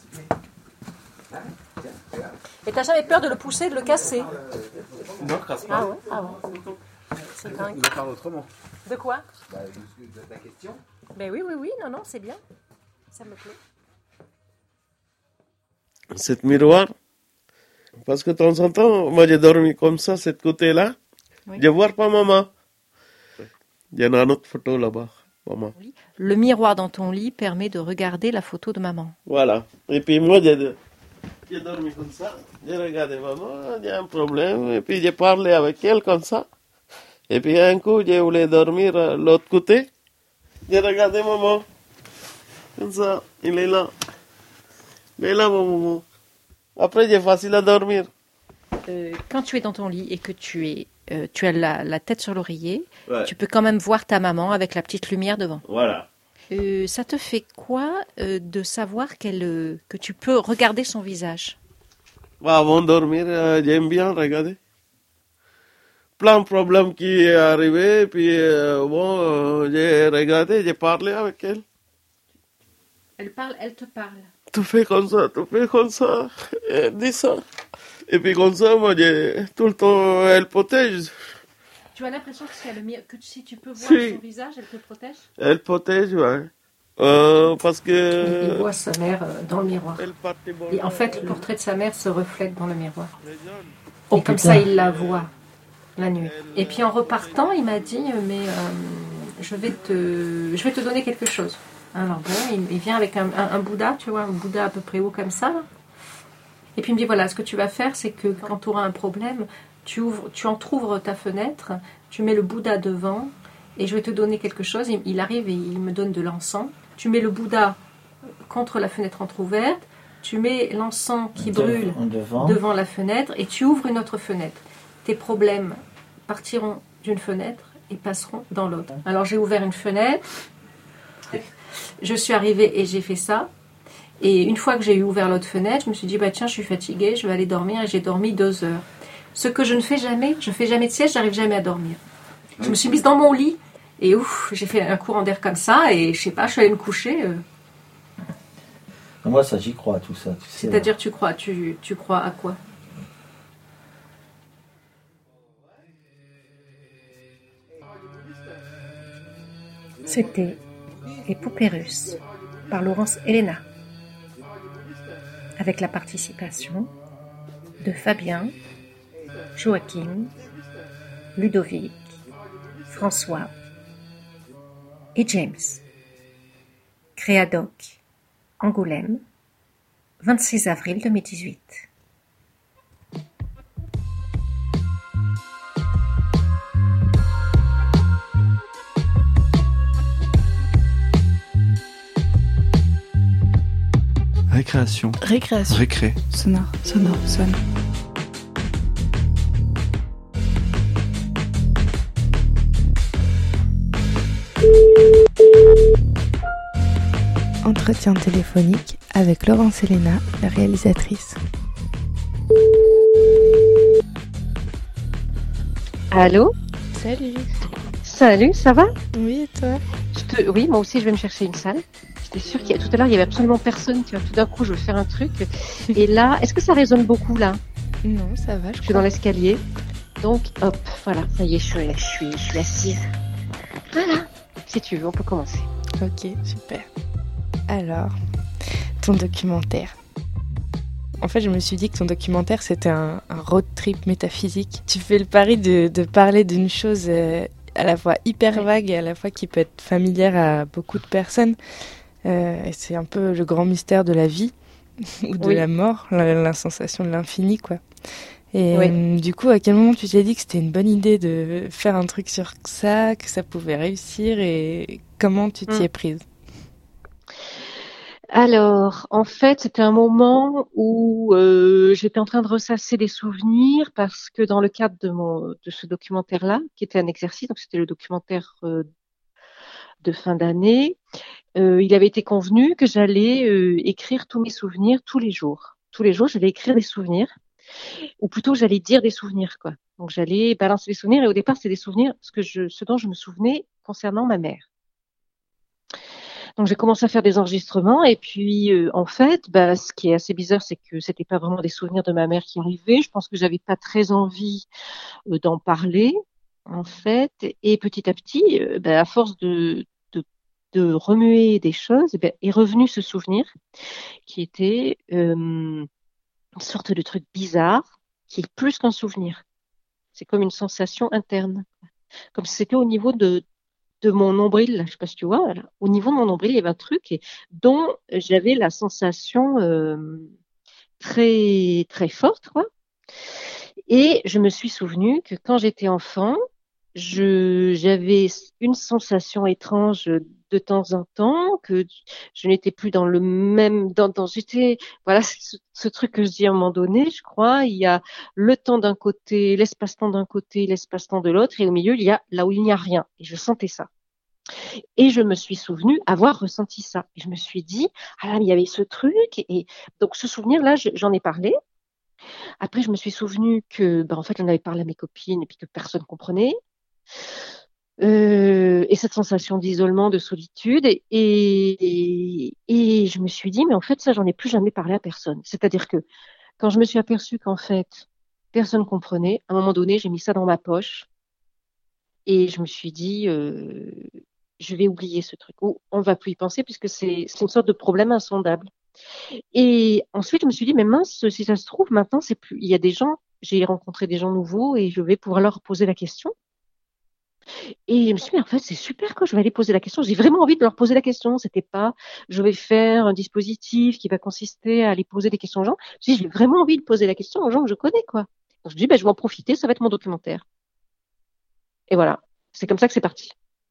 Et t'as jamais peur de le pousser, de le casser? Non, casse Ah ouais, ah ouais. C'est dingue. Je parle autrement. De quoi? Bah, de ta question. Ben oui, oui, oui, non, non, c'est bien. Ça me plaît. Cet miroir, parce que de temps en temps, moi j'ai dormi comme ça, cette côté-là, Oui. je vois pas maman. Il y en a une autre photo là-bas, maman. Le miroir dans ton lit permet de regarder la photo de maman. Voilà. Et puis moi, j'ai, j'ai dormi comme ça. J'ai regardé maman, il y a un problème. Et puis j'ai parlé avec elle comme ça. Et puis un coup, j'ai voulu dormir à l'autre côté. J'ai regardé maman. Comme ça, il est là. Il est là, mon maman. Après, j'ai facile à dormir. Euh, quand tu es dans ton lit et que tu es, euh, tu as la, la tête sur l'oreiller, Ouais. tu peux quand même voir ta maman avec la petite lumière devant. Voilà. Euh, ça te fait quoi euh, de savoir qu'elle, euh, que tu peux regarder son visage? Bah, avant de dormir, euh, j'aime bien regarder. Plein de problèmes qui est arrivé, puis euh, bon, euh, j'ai regardé, j'ai parlé avec elle. Elle parle, elle te parle. Tu fais comme ça, tu fais comme ça, elle dit ça. Et puis comme ça, moi, j'ai, tout le temps, elle protège. Tu as l'impression que, si, elle, que si tu peux voir Si. son visage, elle te protège? Elle protège, ouais. Euh, parce que... Il voit sa mère euh, dans le miroir. Elle partait bon. Et en fait, le portrait de sa mère se reflète dans le miroir. Oh, Et comme putain. ça, il la voit la nuit. Et puis en repartant, il m'a dit, mais euh, je vais te, je vais te donner quelque chose. Alors bon, il, il vient avec un, un, un Bouddha, tu vois, un Bouddha à peu près haut comme ça. Là. Et puis il me dit, voilà, ce que tu vas faire, c'est que quand tu auras un problème, tu, ouvres, tu entrouvres ta fenêtre, tu mets le Bouddha devant, et je vais te donner quelque chose. Il, il arrive et il me donne de l'encens. Tu mets le Bouddha contre la fenêtre entrouverte, tu mets l'encens qui De- brûle devant. devant la fenêtre, et tu ouvres une autre fenêtre. Tes problèmes partiront d'une fenêtre et passeront dans l'autre. Alors j'ai ouvert une fenêtre, je suis arrivée et j'ai fait ça. Et une fois que j'ai ouvert l'autre fenêtre, je me suis dit, bah tiens, je suis fatiguée, je vais aller dormir, et j'ai dormi deux heures. Ce que je ne fais jamais, je fais jamais de sieste, j'arrive jamais à dormir. Je me suis mise dans mon lit, et ouf, j'ai fait un courant d'air comme ça, et je sais pas, je suis allée me coucher. euh. Moi, ça, j'y crois, tout ça. Tu sais, C'est-à-dire, tu crois, tu, tu crois à quoi? C'était Les Poupées Russes par Laurence Helena, avec la participation de Fabien, Joachim, Ludovic, François et James. Créadoc, Angoulême, vingt-six avril deux mille dix-huit. Récréation. Récréation. Récré. Sonore, sonore, sonne. Entretien téléphonique avec Laurence Helena, la réalisatrice. Allô? Salut. Salut, ça va? Oui, et toi? Je te... Oui, moi aussi, je vais me chercher une salle. J'étais sûre qu'il y a... tout à l'heure, il y avait absolument personne. Tu vois, tout d'un coup, je veux faire un truc. Et là, est-ce que ça résonne beaucoup là? Non, ça va, je, je suis dans l'escalier. Donc, hop, voilà, ça y est, je suis, je suis, je suis assise. Voilà. Si tu veux, on peut commencer. Ok, super. Alors, ton documentaire. En fait, je me suis dit que ton documentaire, c'était un, un road trip métaphysique. Tu fais le pari de, de parler d'une chose euh, à la fois hyper vague et à la fois qui peut être familière à beaucoup de personnes. Euh, et c'est un peu le grand mystère de la vie ou de oui. la mort, l'insensation de l'infini, quoi. Et oui. euh, du coup, à quel moment tu t'es dit que c'était une bonne idée de faire un truc sur ça, que ça pouvait réussir, et comment tu t'y mm. es prise? Alors, en fait, c'était un moment où euh, j'étais en train de ressasser des souvenirs parce que dans le cadre de mon de ce documentaire-là, qui était un exercice, donc c'était le documentaire euh, de fin d'année, euh, il avait été convenu que j'allais euh, écrire tous mes souvenirs tous les jours. Tous les jours, j'allais écrire des souvenirs, ou plutôt j'allais dire des souvenirs, quoi. Donc j'allais balancer des souvenirs, et au départ, c'était des souvenirs, ce que je, ce dont je me souvenais concernant ma mère. Donc j'ai commencé à faire des enregistrements, et puis euh, en fait, bah, ce qui est assez bizarre, c'est que c'était pas vraiment des souvenirs de ma mère qui arrivaient. Je pense que j'avais pas très envie euh, d'en parler, en fait. Et petit à petit, euh, bah, à force de, de de remuer des choses, bah, est revenu ce souvenir qui était euh, une sorte de truc bizarre, qui est plus qu'un souvenir. C'est comme une sensation interne, comme si c'était au niveau de de mon nombril, là, je sais pas si tu vois, là. Au niveau de mon nombril, il y avait un truc et, dont j'avais la sensation euh, très, très forte, quoi. Et je me suis souvenu que quand j'étais enfant, je, j'avais une sensation étrange de temps en temps, que je n'étais plus dans le même, dans, dans, j'étais, voilà, ce, ce truc que je dis à un moment donné, je crois, il y a le temps d'un côté, l'espace-temps d'un côté, l'espace-temps de l'autre, et au milieu, il y a là où il n'y a rien. Et je sentais ça. Et je me suis souvenu avoir ressenti ça. Et je me suis dit, ah là, il y avait ce truc. Et donc, ce souvenir-là, j'en ai parlé. Après, je me suis souvenu que, ben, en fait, j'en avais parlé à mes copines et puis que personne comprenait. Euh, et cette sensation d'isolement, de solitude. Et, et, et je me suis dit, mais en fait, ça, j'en ai plus jamais parlé à personne. C'est-à-dire que quand je me suis aperçue qu'en fait, personne comprenait, à un moment donné, j'ai mis ça dans ma poche. Et je me suis dit, euh, je vais oublier ce truc. Ou on va plus y penser puisque c'est, c'est une sorte de problème insondable. Et ensuite, je me suis dit, mais mince, si ça se trouve, maintenant, c'est plus, il y a des gens, j'ai rencontré des gens nouveaux et je vais pouvoir leur poser la question. Et je me suis dit, mais en fait, c'est super, quoi, je vais aller poser la question. J'ai vraiment envie de leur poser la question. C'était pas, je vais faire un dispositif qui va consister à aller poser des questions aux gens. Je me suis dit, j'ai vraiment envie de poser la question aux gens que je connais, quoi. Donc, je me dis, ben, je vais en profiter, ça va être mon documentaire. Et voilà. C'est comme ça que c'est parti.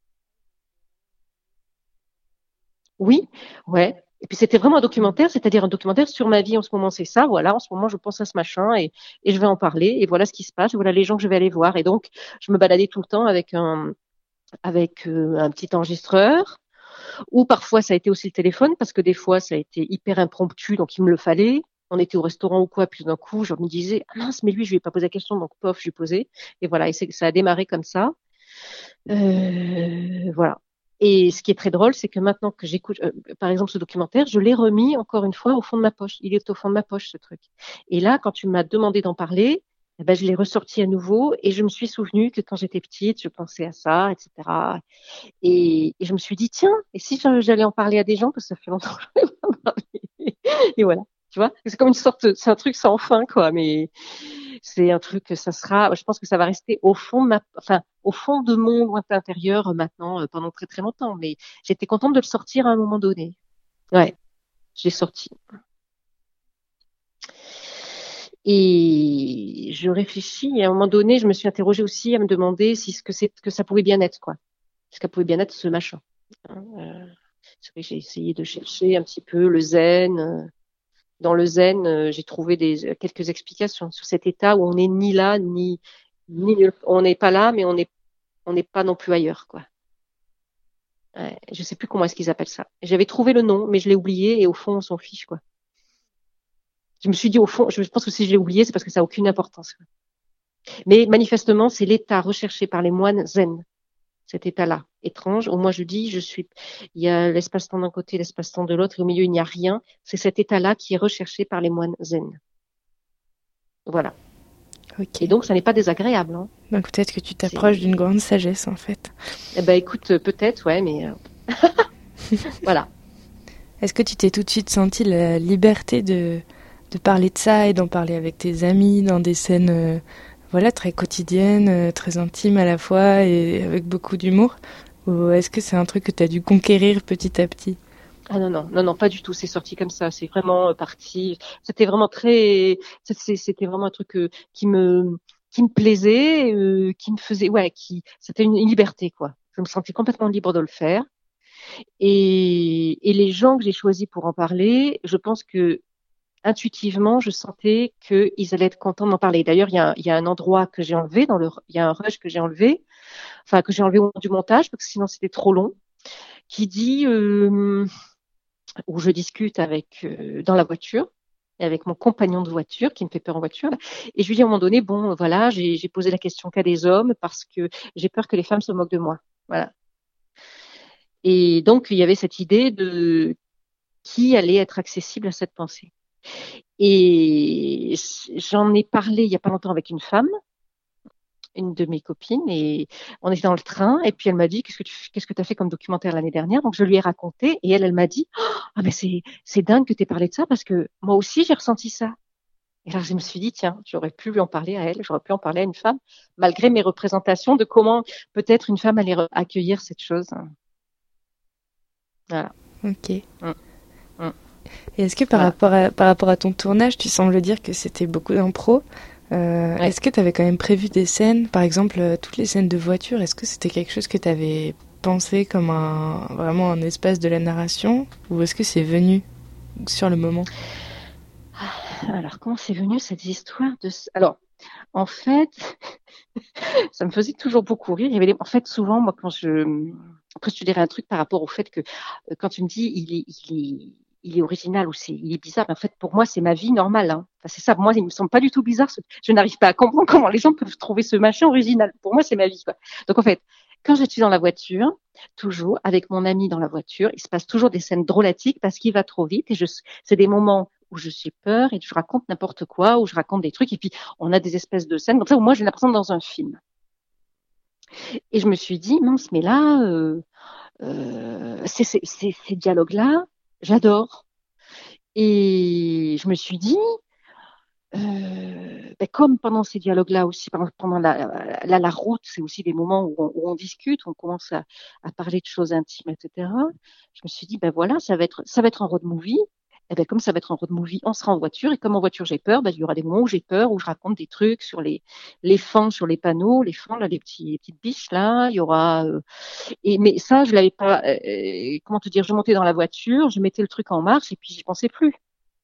Oui, ouais. Et puis c'était vraiment un documentaire, c'est-à-dire un documentaire sur ma vie en ce moment, c'est ça, voilà, en ce moment je pense à ce machin et, et je vais en parler et voilà ce qui se passe, voilà les gens que je vais aller voir. Et donc je me baladais tout le temps avec un avec euh, un petit enregistreur ou parfois ça a été aussi le téléphone parce que des fois ça a été hyper impromptu donc il me le fallait. On était au restaurant ou quoi, puis d'un coup je me disais ah mince mais lui je lui ai pas posé la question donc pof je lui ai posé et voilà et c'est, ça a démarré comme ça. Euh, voilà. Et ce qui est très drôle, c'est que maintenant que j'écoute, euh, par exemple, ce documentaire, je l'ai remis encore une fois au fond de ma poche. Il est au fond de ma poche, ce truc. Et là, quand tu m'as demandé d'en parler, eh ben, je l'ai ressorti à nouveau et je me suis souvenu que quand j'étais petite, je pensais à ça, et cetera. Et, et je me suis dit, tiens, et si j'allais en parler à des gens, parce que ça fait longtemps que je n'en ai pas parlé. Et voilà. Tu vois, c'est comme une sorte, c'est un truc sans fin, quoi, mais c'est un truc que ça sera, je pense que ça va rester au fond de ma, enfin, au fond de mon lointain intérieur maintenant, pendant très très longtemps, mais j'étais contente de le sortir à un moment donné. Ouais, j'ai sorti. Et je réfléchis, et à un moment donné, je me suis interrogée aussi à me demander si ce que c'est, que ça pouvait bien être, quoi. Ce que ça pouvait bien être ce machin. Euh, c'est vrai que j'ai essayé de chercher un petit peu le zen, euh, Dans le zen, euh, j'ai trouvé des, quelques explications sur cet état où on n'est ni là, ni, ni on n'est pas là, mais on n'est on n'est pas non plus ailleurs, quoi. Ouais, je sais plus comment est-ce qu'ils appellent ça. J'avais trouvé le nom, mais je l'ai oublié et au fond, on s'en fiche, quoi. Je me suis dit, au fond, je pense que si je l'ai oublié, c'est parce que ça n'a aucune importance, quoi. Mais manifestement, c'est l'état recherché par les moines zen. Cet état-là, étrange, où moi je dis, je suis, il y a l'espace-temps d'un côté, l'espace-temps de l'autre, et au milieu il n'y a rien. C'est cet état-là qui est recherché par les moines zen. Voilà. Okay. Et donc ça n'est pas désagréable. Hein. Donc peut-être que tu t'approches C'est... d'une grande sagesse en fait. Eh ben écoute, peut-être, ouais, mais euh... voilà. Est-ce que tu t'es tout de suite senti la liberté de de parler de ça et d'en parler avec tes amis dans des scènes euh... voilà, très quotidienne, très intime à la fois et avec beaucoup d'humour? Ou est-ce que c'est un truc que tu as dû conquérir petit à petit? Ah non, non, non, non, pas du tout. C'est sorti comme ça. C'est vraiment parti. C'était vraiment très, c'était vraiment un truc qui me, qui me plaisait, euh, qui me faisait, ouais, qui, c'était une, une liberté, quoi. Je me sentais complètement libre de le faire. Et, et les gens que j'ai choisis pour en parler, je pense que intuitivement, je sentais qu'ils allaient être contents d'en parler. D'ailleurs, il y a, il y a un endroit que j'ai enlevé, dans le, il y a un rush que j'ai enlevé, enfin que j'ai enlevé au moment du montage parce que sinon c'était trop long, qui dit euh, où je discute avec euh, dans la voiture et avec mon compagnon de voiture qui me fait peur en voiture, et je lui dis à un moment donné, bon, voilà, j'ai, j'ai posé la question qu'à des hommes parce que j'ai peur que les femmes se moquent de moi, voilà. Et donc il y avait cette idée de qui allait être accessible à cette pensée. Et j'en ai parlé il y a pas longtemps avec une femme, une de mes copines, et on était dans le train, et puis elle m'a dit, qu'est-ce que tu, qu'est-ce que t'as fait comme documentaire l'année dernière? Donc je lui ai raconté, et elle, elle m'a dit, ah mais c'est, c'est dingue que t'aies parlé de ça, parce que moi aussi j'ai ressenti ça. Et là je me suis dit, tiens, j'aurais pu lui en parler à elle, j'aurais pu en parler à une femme, malgré mes représentations de comment peut-être une femme allait accueillir cette chose. Voilà. Ok. Mmh. Mmh. Et est-ce que par, voilà. rapport à, par rapport à ton tournage, tu sembles dire que c'était beaucoup d'impro, euh, ouais. Est-ce que tu avais quand même prévu des scènes, par exemple euh, toutes les scènes de voiture, est-ce que c'était quelque chose que tu avais pensé comme un, vraiment un espace de la narration, ou est-ce que c'est venu sur le moment? Alors comment c'est venu cette histoire de... Alors en fait, ça me faisait toujours beaucoup rire. Il y avait des... En fait souvent moi quand je... Après je te dirais un truc par rapport au fait que quand tu me dis il est... Il est... il est original ou c'est, il est bizarre, mais en fait, pour moi, c'est ma vie normale, hein. Enfin, c'est ça. Moi, il me semble pas du tout bizarre. Je n'arrive pas à comprendre comment les gens peuvent trouver ce machin original. Pour moi, c'est ma vie, quoi. Donc, en fait, quand je suis dans la voiture, toujours, avec mon ami dans la voiture, il se passe toujours des scènes drôlatiques parce qu'il va trop vite et je, c'est des moments où je suis peur et je raconte n'importe quoi, où je raconte des trucs et puis on a des espèces de scènes comme ça où moi, j'ai l'impression d'être dans un film. Et je me suis dit, mince, mais là, euh, euh, c'est, c'est, c'est, ces dialogues-là, j'adore. Et je me suis dit, euh, ben comme pendant ces dialogues-là aussi, pendant la, la, la route, c'est aussi des moments où on, où on discute, on commence à, à parler de choses intimes, et cetera. Je me suis dit, ben voilà, ça va être, ça va être un road movie. Et ben comme ça va être un road movie, on sera en voiture. Et comme en voiture j'ai peur, ben il y aura des moments où j'ai peur, où je raconte des trucs sur les les fans, sur les panneaux, les fans là, les petits les petites biches là. Il y aura euh, et mais ça je l'avais pas. Euh, comment te dire, je montais dans la voiture, je mettais le truc en marche et puis j'y pensais plus.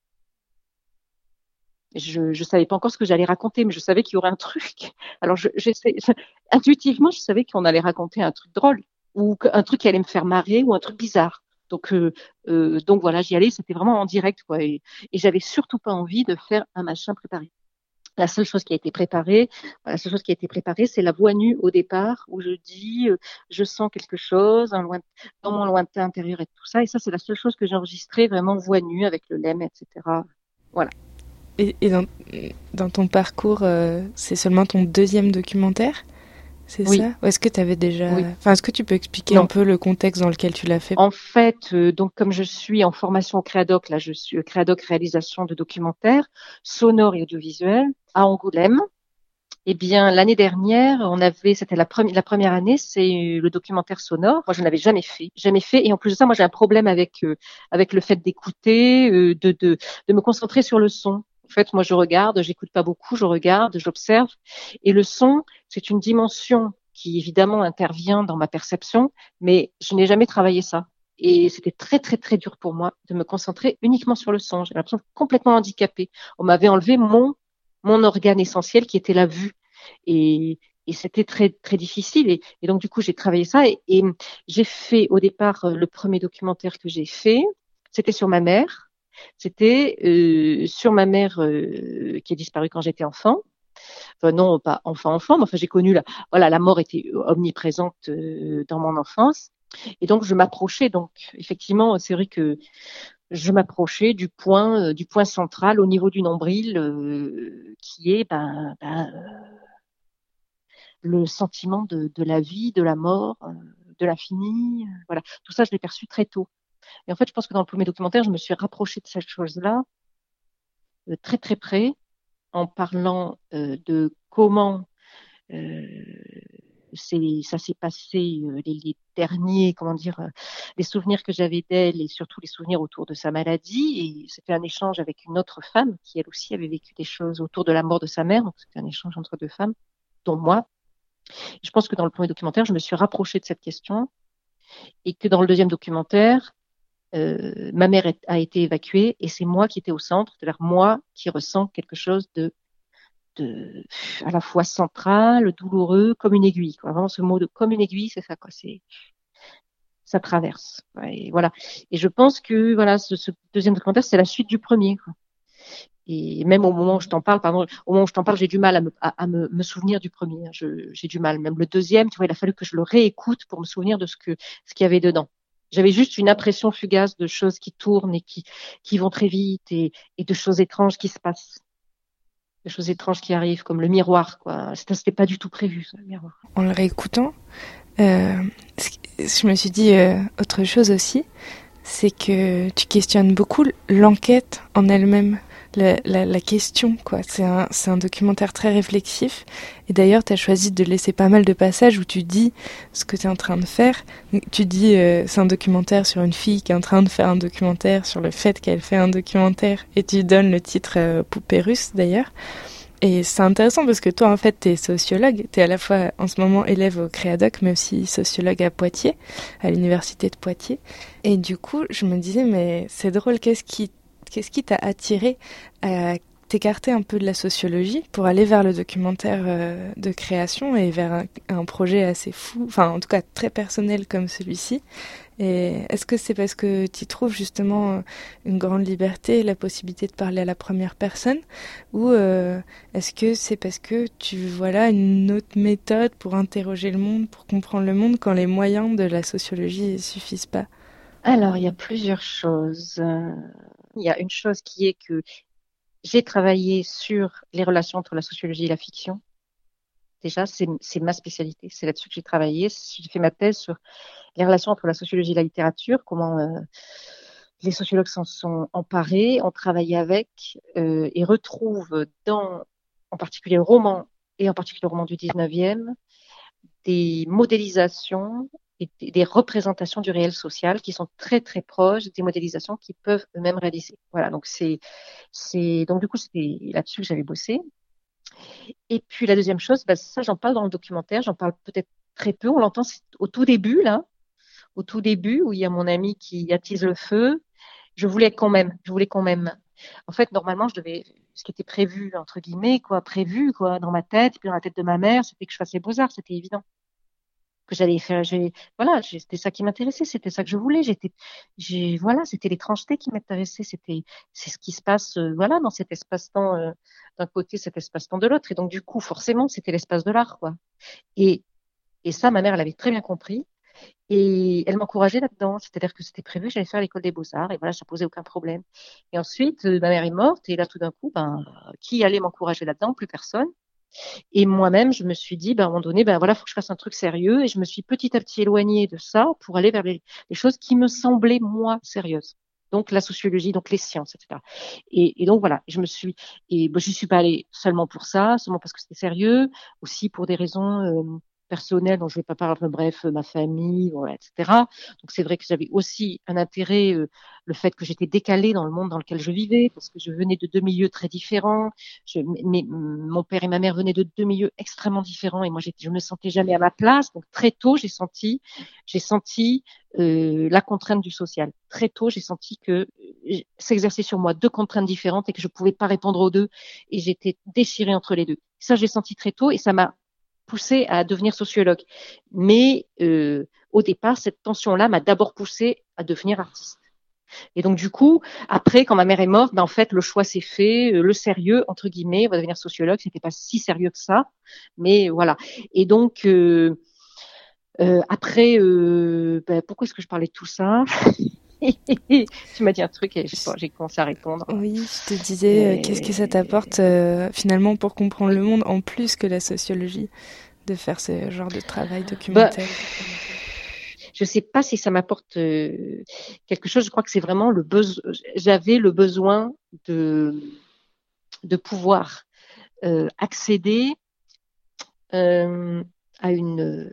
Je je savais pas encore ce que j'allais raconter, mais je savais qu'il y aurait un truc. Alors je, j'essaie, je, intuitivement je savais qu'on allait raconter un truc drôle ou un truc qui allait me faire marrer ou un truc bizarre. Donc, euh, euh, donc voilà, j'y allais, c'était vraiment en direct, quoi. Et, et j'avais surtout pas envie de faire un machin préparé. La seule chose qui a été préparée, la seule chose qui a été préparée, c'est la voix nue au départ, où je dis, euh, je sens quelque chose, un loin, dans mon lointain intérieur et tout ça. Et ça, c'est la seule chose que j'ai enregistrée, vraiment voix nue avec le lemme, et cetera. Voilà. Et, et dans, dans ton parcours, euh, c'est seulement ton deuxième documentaire ? C'est oui. ça? Ou est-ce que tu avais déjà... Oui. Enfin, est-ce que tu peux expliquer non. un peu le contexte dans lequel tu l'as fait? En fait, euh, donc comme je suis en formation au Créadoc, là je suis Créadoc réalisation de documentaires sonores et audiovisuels à Angoulême. Eh bien, l'année dernière, on avait, c'était la première, la première année, c'est le documentaire sonore. Moi, je n'avais jamais fait, jamais fait. Et en plus de ça, moi, j'ai un problème avec euh, avec le fait d'écouter, euh, de de de me concentrer sur le son. En fait, moi, je regarde, j'écoute pas beaucoup, je regarde, j'observe. Et le son, c'est une dimension qui, évidemment, intervient dans ma perception, mais je n'ai jamais travaillé ça. Et c'était très, très, très dur pour moi de me concentrer uniquement sur le son. J'ai l'impression complètement handicapée. On m'avait enlevé mon, mon organe essentiel qui était la vue. Et, et c'était très, très difficile. Et, et donc, du coup, j'ai travaillé ça. Et, et j'ai fait, au départ, le premier documentaire que j'ai fait, c'était sur ma mère. C'était euh, sur ma mère euh, qui est disparue quand j'étais enfant. Enfin non, pas enfant enfant, mais enfin j'ai connu la voilà la mort était omniprésente euh, dans mon enfance et donc je m'approchais donc effectivement c'est vrai que je m'approchais du point euh, du point central au niveau du nombril euh, qui est ben, ben euh, le sentiment de, de la vie, de la mort, euh, de l'infini, euh, voilà tout ça je l'ai perçu très tôt. Et en fait, je pense que dans le premier documentaire, je me suis rapprochée de cette chose-là euh, très très près, en parlant euh, de comment euh, c'est, ça s'est passé, euh, les, les derniers, comment dire, euh, les souvenirs que j'avais d'elle et surtout les souvenirs autour de sa maladie. Et c'était un échange avec une autre femme qui elle aussi avait vécu des choses autour de la mort de sa mère. Donc c'était un échange entre deux femmes, dont moi. Et je pense que dans le premier documentaire, je me suis rapprochée de cette question et que dans le deuxième documentaire, Euh, ma mère est, a été évacuée et c'est moi qui étais au centre, c'est-à-dire moi qui ressens quelque chose de, de à la fois central, douloureux, comme une aiguille. Quoi. Vraiment, ce mot de comme une aiguille, c'est ça, quoi. C'est ça traverse. Et voilà. Et je pense que voilà, ce, ce deuxième documentaire, c'est la suite du premier. Quoi. Et même au moment où je t'en parle, pardon, au moment où je t'en parle, j'ai du mal à me, à, à me, me souvenir du premier. Je, j'ai du mal. Même le deuxième, tu vois, il a fallu que je le réécoute pour me souvenir de ce que ce qu'il y avait dedans. J'avais juste une impression fugace de choses qui tournent et qui, qui vont très vite et, et de choses étranges qui se passent. De choses étranges qui arrivent, comme le miroir, quoi. C'était, c'était pas du tout prévu, ça, le miroir. En le réécoutant, euh, je me suis dit euh, autre chose aussi, c'est que tu questionnes beaucoup l'enquête en elle-même. la, la, la question, quoi. C'est un, c'est un documentaire très réflexif. Et d'ailleurs, tu as choisi de laisser pas mal de passages où tu dis ce que tu es en train de faire. Tu dis, euh, c'est un documentaire sur une fille qui est en train de faire un documentaire sur le fait qu'elle fait un documentaire. Et tu donnes le titre euh, Poupée russe, d'ailleurs. Et c'est intéressant parce que toi, en fait, t'es sociologue. T'es à la fois, en ce moment, élève au Créadoc, mais aussi sociologue à Poitiers, à l'université de Poitiers. Et du coup, je me disais, mais c'est drôle, qu'est-ce qui, qu'est-ce qui t'a attiré à t'écarter un peu de la sociologie pour aller vers le documentaire euh, de création et vers un, un projet assez fou, enfin, en tout cas, très personnel comme celui-ci. Et est-ce que c'est parce que tu trouves justement une grande liberté, la possibilité de parler à la première personne, ou euh, est-ce que c'est parce que tu voilà une autre méthode pour interroger le monde, pour comprendre le monde, quand les moyens de la sociologie ne suffisent pas? Alors, il y a plusieurs choses. Il y a une chose qui est que j'ai travaillé sur les relations entre la sociologie et la fiction. Déjà, c'est, c'est ma spécialité. C'est là-dessus que j'ai travaillé. J'ai fait ma thèse sur les relations entre la sociologie et la littérature, comment euh, les sociologues s'en sont emparés, ont travaillé avec euh, et retrouvent dans, en particulier le roman, et en particulier le roman du dix-neuvième, des modélisations et des, des représentations du réel social qui sont très très proches des modélisations qu'ils peuvent eux-mêmes réaliser. Voilà, donc c'est, c'est donc du coup c'était là-dessus que j'avais bossé. Et puis la deuxième chose, bah, ça j'en parle dans le documentaire, j'en parle peut-être très peu, on l'entend au tout début là. Au tout début, où il y a mon ami qui attise le feu, je voulais quand même, je voulais quand même. En fait, normalement, je devais, ce qui était prévu, entre guillemets, quoi, prévu, quoi, dans ma tête, et puis dans la tête de ma mère, c'était que je fasse les beaux-arts, c'était évident. Que j'allais faire, j'ai, voilà, c'était ça qui m'intéressait, c'était ça que je voulais, j'étais, j'ai, voilà, c'était l'étrangeté qui m'intéressait, c'était, c'est ce qui se passe, euh, voilà, dans cet espace-temps, euh, d'un côté, cet espace-temps de l'autre. Et donc, du coup, forcément, c'était l'espace de l'art, quoi. Et, et ça, ma mère, elle avait très bien compris. Et elle m'encourageait là-dedans, c'est-à-dire que c'était prévu, j'allais faire l'école des beaux-arts, et voilà, ça posait aucun problème. Et ensuite, euh, ma mère est morte, et là, tout d'un coup, ben, qui allait m'encourager là-dedans? Plus personne. Et moi-même, je me suis dit, ben, à un moment donné, ben voilà, faut que je fasse un truc sérieux, et je me suis petit à petit éloignée de ça pour aller vers les, les choses qui me semblaient, moi, sérieuses. Donc, la sociologie, donc les sciences, et cetera. Et, et donc, voilà, je me suis, et ben, je suis pas allée seulement pour ça, seulement parce que c'était sérieux, aussi pour des raisons, euh, personnel, dont je ne vais pas parler, bref, ma famille, voilà, et cetera. Donc c'est vrai que j'avais aussi un intérêt, euh, le fait que j'étais décalée dans le monde dans lequel je vivais, parce que je venais de deux milieux très différents. Je, mais, mon père et ma mère venaient de deux milieux extrêmement différents, et moi j'étais, je me sentais jamais à ma place. Donc très tôt, j'ai senti, j'ai senti euh, la contrainte du social. Très tôt, j'ai senti que euh, s'exerçait sur moi deux contraintes différentes et que je pouvais pas répondre aux deux, et j'étais déchirée entre les deux. Ça, j'ai senti très tôt, et ça m'a poussé à devenir sociologue. Mais euh, au départ, cette tension-là m'a d'abord poussé à devenir artiste. Et donc du coup, après, quand ma mère est morte, ben en fait, le choix s'est fait, euh, le sérieux entre guillemets, on va devenir sociologue. C'était pas si sérieux que ça, mais voilà. Et donc euh, euh, après, euh, ben, pourquoi est-ce que je parlais de tout ça? Tu m'as dit un truc et j'ai, j'ai commencé à répondre. Oui, je te disais, euh, qu'est-ce que ça t'apporte euh, finalement pour comprendre le monde, en plus que la sociologie, de faire ce genre de travail documentaire? Bah, je sais pas si ça m'apporte euh, quelque chose. Je crois que c'est vraiment le besoin. J'avais le besoin de de pouvoir euh, accéder euh, à une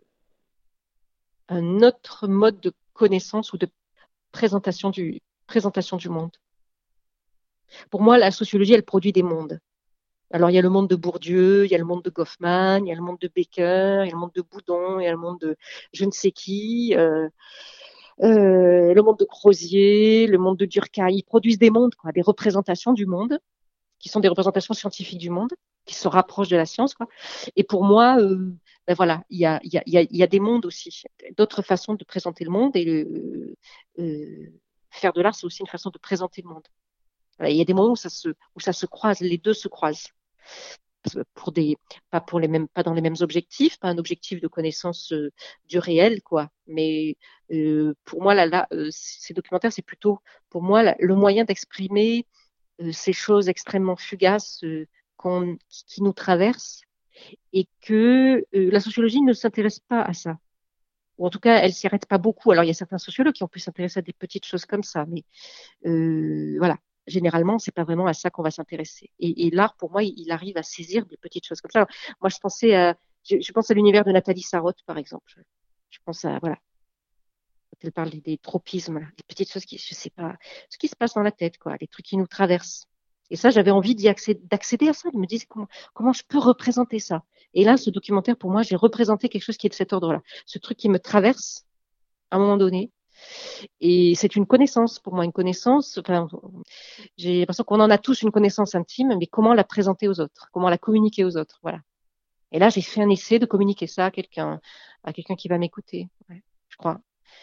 un autre mode de connaissance ou de présentation du, présentation du monde. Pour moi, la sociologie, elle produit des mondes. Alors, il y a le monde de Bourdieu, il y a le monde de Goffman, il y a le monde de Becker, il y a le monde de Boudon, il y a le monde de je ne sais qui, euh, euh, le monde de Crozier, le monde de Durkheim. Ils produisent des mondes, quoi, des représentations du monde, qui sont des représentations scientifiques du monde, qui se rapprochent de la science, quoi. Et pour moi, euh, ben voilà, il y a, il y a, il y a, il y a des mondes aussi, d'autres façons de présenter le monde, et le, euh, faire de l'art, c'est aussi une façon de présenter le monde. Voilà, il y a des moments où ça se, où ça se croise, les deux se croisent. Pour des, pas pour les mêmes, pas dans les mêmes objectifs, pas un objectif de connaissance euh, du réel, quoi. Mais euh, pour moi, là, là, euh, ces documentaires, c'est plutôt, pour moi, là, le moyen d'exprimer euh, ces choses extrêmement fugaces euh, qu'on, qui, qui nous traversent, et que euh, la sociologie ne s'intéresse pas à ça. Ou en tout cas, elle s'y arrête pas beaucoup. Alors, il y a certains sociologues qui ont pu s'intéresser à des petites choses comme ça, mais euh, voilà. généralement, c'est pas vraiment à ça qu'on va s'intéresser. Et, et l'art, pour moi, il, il arrive à saisir des petites choses comme ça. Alors, moi, je pensais à, je, je pense à l'univers de Nathalie Sarraute, par exemple. Je, je pense à, voilà, quand elle parle des, des tropismes, là, des petites choses qui, je sais pas, ce qui se passe dans la tête, quoi, les trucs qui nous traversent. Et ça, j'avais envie d'y accéder, d'accéder à ça, de me dire comment, comment je peux représenter ça. Et là, ce documentaire, pour moi, j'ai représenté quelque chose qui est de cet ordre-là. Ce truc qui me traverse à un moment donné. Et c'est une connaissance, pour moi, une connaissance, enfin, j'ai l'impression qu'on en a tous une connaissance intime, mais comment la présenter aux autres, comment la communiquer aux autres, voilà. Et là, j'ai fait un essai de communiquer ça à quelqu'un, à quelqu'un qui va m'écouter, ouais, je crois.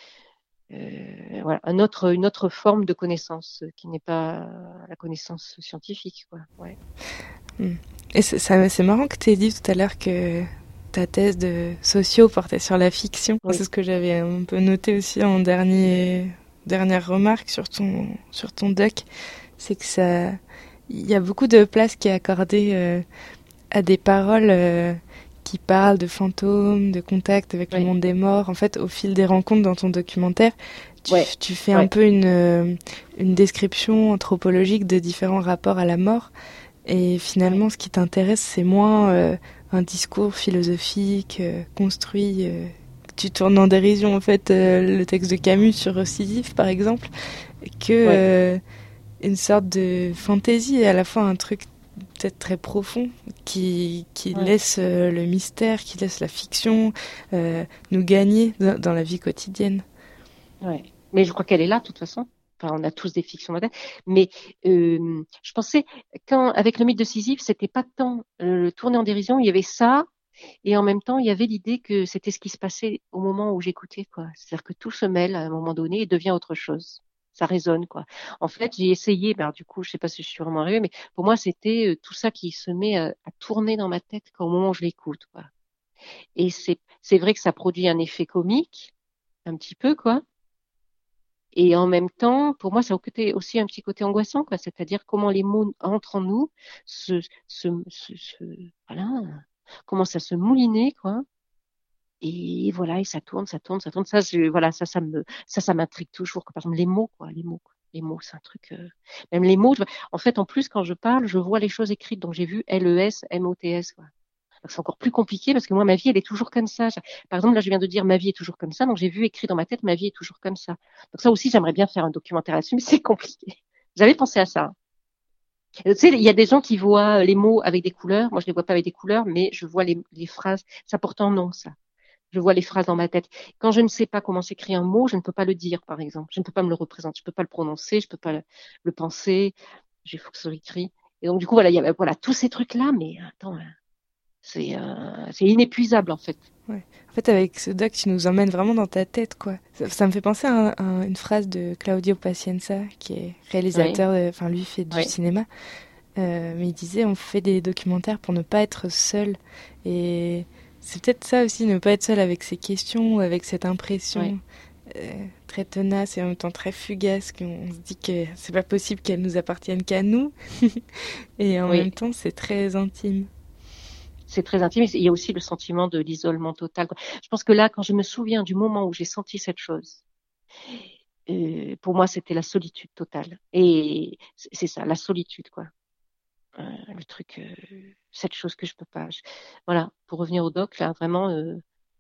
Euh, voilà, un autre, une autre forme de connaissance qui n'est pas la connaissance scientifique, quoi. Ouais. Et c'est, ça, c'est marrant que tu aies dit tout à l'heure que ta thèse de socio portait sur la fiction. Oui. C'est ce que j'avais un peu noté aussi en dernier, dernière remarque sur ton, sur ton doc. C'est que ça, il y a beaucoup de place qui est accordée euh, à des paroles euh, qui parlent de fantômes, de contact avec oui. le monde des morts. En fait, au fil des rencontres dans ton documentaire, tu, ouais. tu fais ouais. un peu une, une description anthropologique de différents rapports à la mort. Et finalement, ce qui t'intéresse, c'est moins euh, un discours philosophique euh, construit. Euh, tu tournes en dérision, en fait, euh, le texte de Camus sur Sisyphe, par exemple, que ouais. euh, une sorte de fantaisie et à la fois un truc peut-être très profond qui, qui ouais. laisse euh, le mystère, qui laisse la fiction euh, nous gagner dans, dans la vie quotidienne. Ouais. Mais je crois qu'elle est là, de toute façon. Enfin, on a tous des fictions modernes. Mais euh, je pensais, quand avec le mythe de Sisyphe, c'était pas tant euh, le tourner en dérision, il y avait ça, et en même temps, il y avait l'idée que c'était ce qui se passait au moment où j'écoutais, quoi. C'est-à-dire que tout se mêle à un moment donné et devient autre chose. Ça résonne, quoi. En fait, j'ai essayé, ben, du coup, je sais pas si je suis vraiment arrivée, mais pour moi, c'était euh, tout ça qui se met à, à tourner dans ma tête quand, au moment où je l'écoute, quoi. Et c'est, c'est vrai que ça produit un effet comique, un petit peu, quoi. Et en même temps, pour moi, ça a aussi un petit côté angoissant, quoi. C'est-à-dire comment les mots entrent en nous, se, se, se, se voilà, commencent à se mouliner, quoi. Et voilà, et ça tourne, ça tourne, ça tourne. Ça, je, voilà, ça, ça me, ça, ça m'intrigue toujours. Par exemple, les mots, quoi, les mots, quoi. Les mots, c'est un truc. Euh... Même les mots. Je... En fait, en plus, quand je parle, je vois les choses écrites. Donc, j'ai vu L E S, M O T S, quoi. Donc, c'est encore plus compliqué parce que moi, ma vie, elle est toujours comme ça. Par exemple, là, je viens de dire ma vie est toujours comme ça. Donc, j'ai vu écrit dans ma tête ma vie est toujours comme ça. Donc, ça aussi, j'aimerais bien faire un documentaire là-dessus, mais c'est compliqué. J'avais pensé à ça. Tu sais, il y a des gens qui voient les mots avec des couleurs. Moi, je les vois pas avec des couleurs, mais je vois les, les phrases. Ça porte un nom, ça. Je vois les phrases dans ma tête. Quand je ne sais pas comment s'écrit un mot, je ne peux pas le dire, par exemple. Je ne peux pas me le représenter. Je ne peux pas le prononcer. Je ne peux pas le, le penser. Il faut que ce soit écrit. Et donc, du coup, voilà, il y a, voilà, tous ces trucs-là, mais attends, c'est, euh, c'est inépuisable, en fait. Ouais. En fait, avec ce doc, tu nous emmènes vraiment dans ta tête, quoi. Ça, ça me fait penser à, un, à une phrase de Claudio Pacienza, qui est réalisateur, oui. Enfin, lui fait du oui. cinéma. Euh, mais il disait, on fait des documentaires pour ne pas être seul. Et c'est peut-être ça aussi, ne pas être seul avec ces questions, avec cette impression oui. euh, très tenace et en même temps très fugace, qu'on se dit que c'est pas possible qu'elles nous appartiennent qu'à nous. Et en oui. même temps, c'est très intime. C'est très intime. Il y a aussi le sentiment de l'isolement total. Je pense que là, quand je me souviens du moment où j'ai senti cette chose, euh, pour moi, c'était la solitude totale. Et c'est ça, la solitude, quoi. Euh, le truc, euh, cette chose que je peux pas. Je... Voilà, pour revenir au doc, là, vraiment. Euh...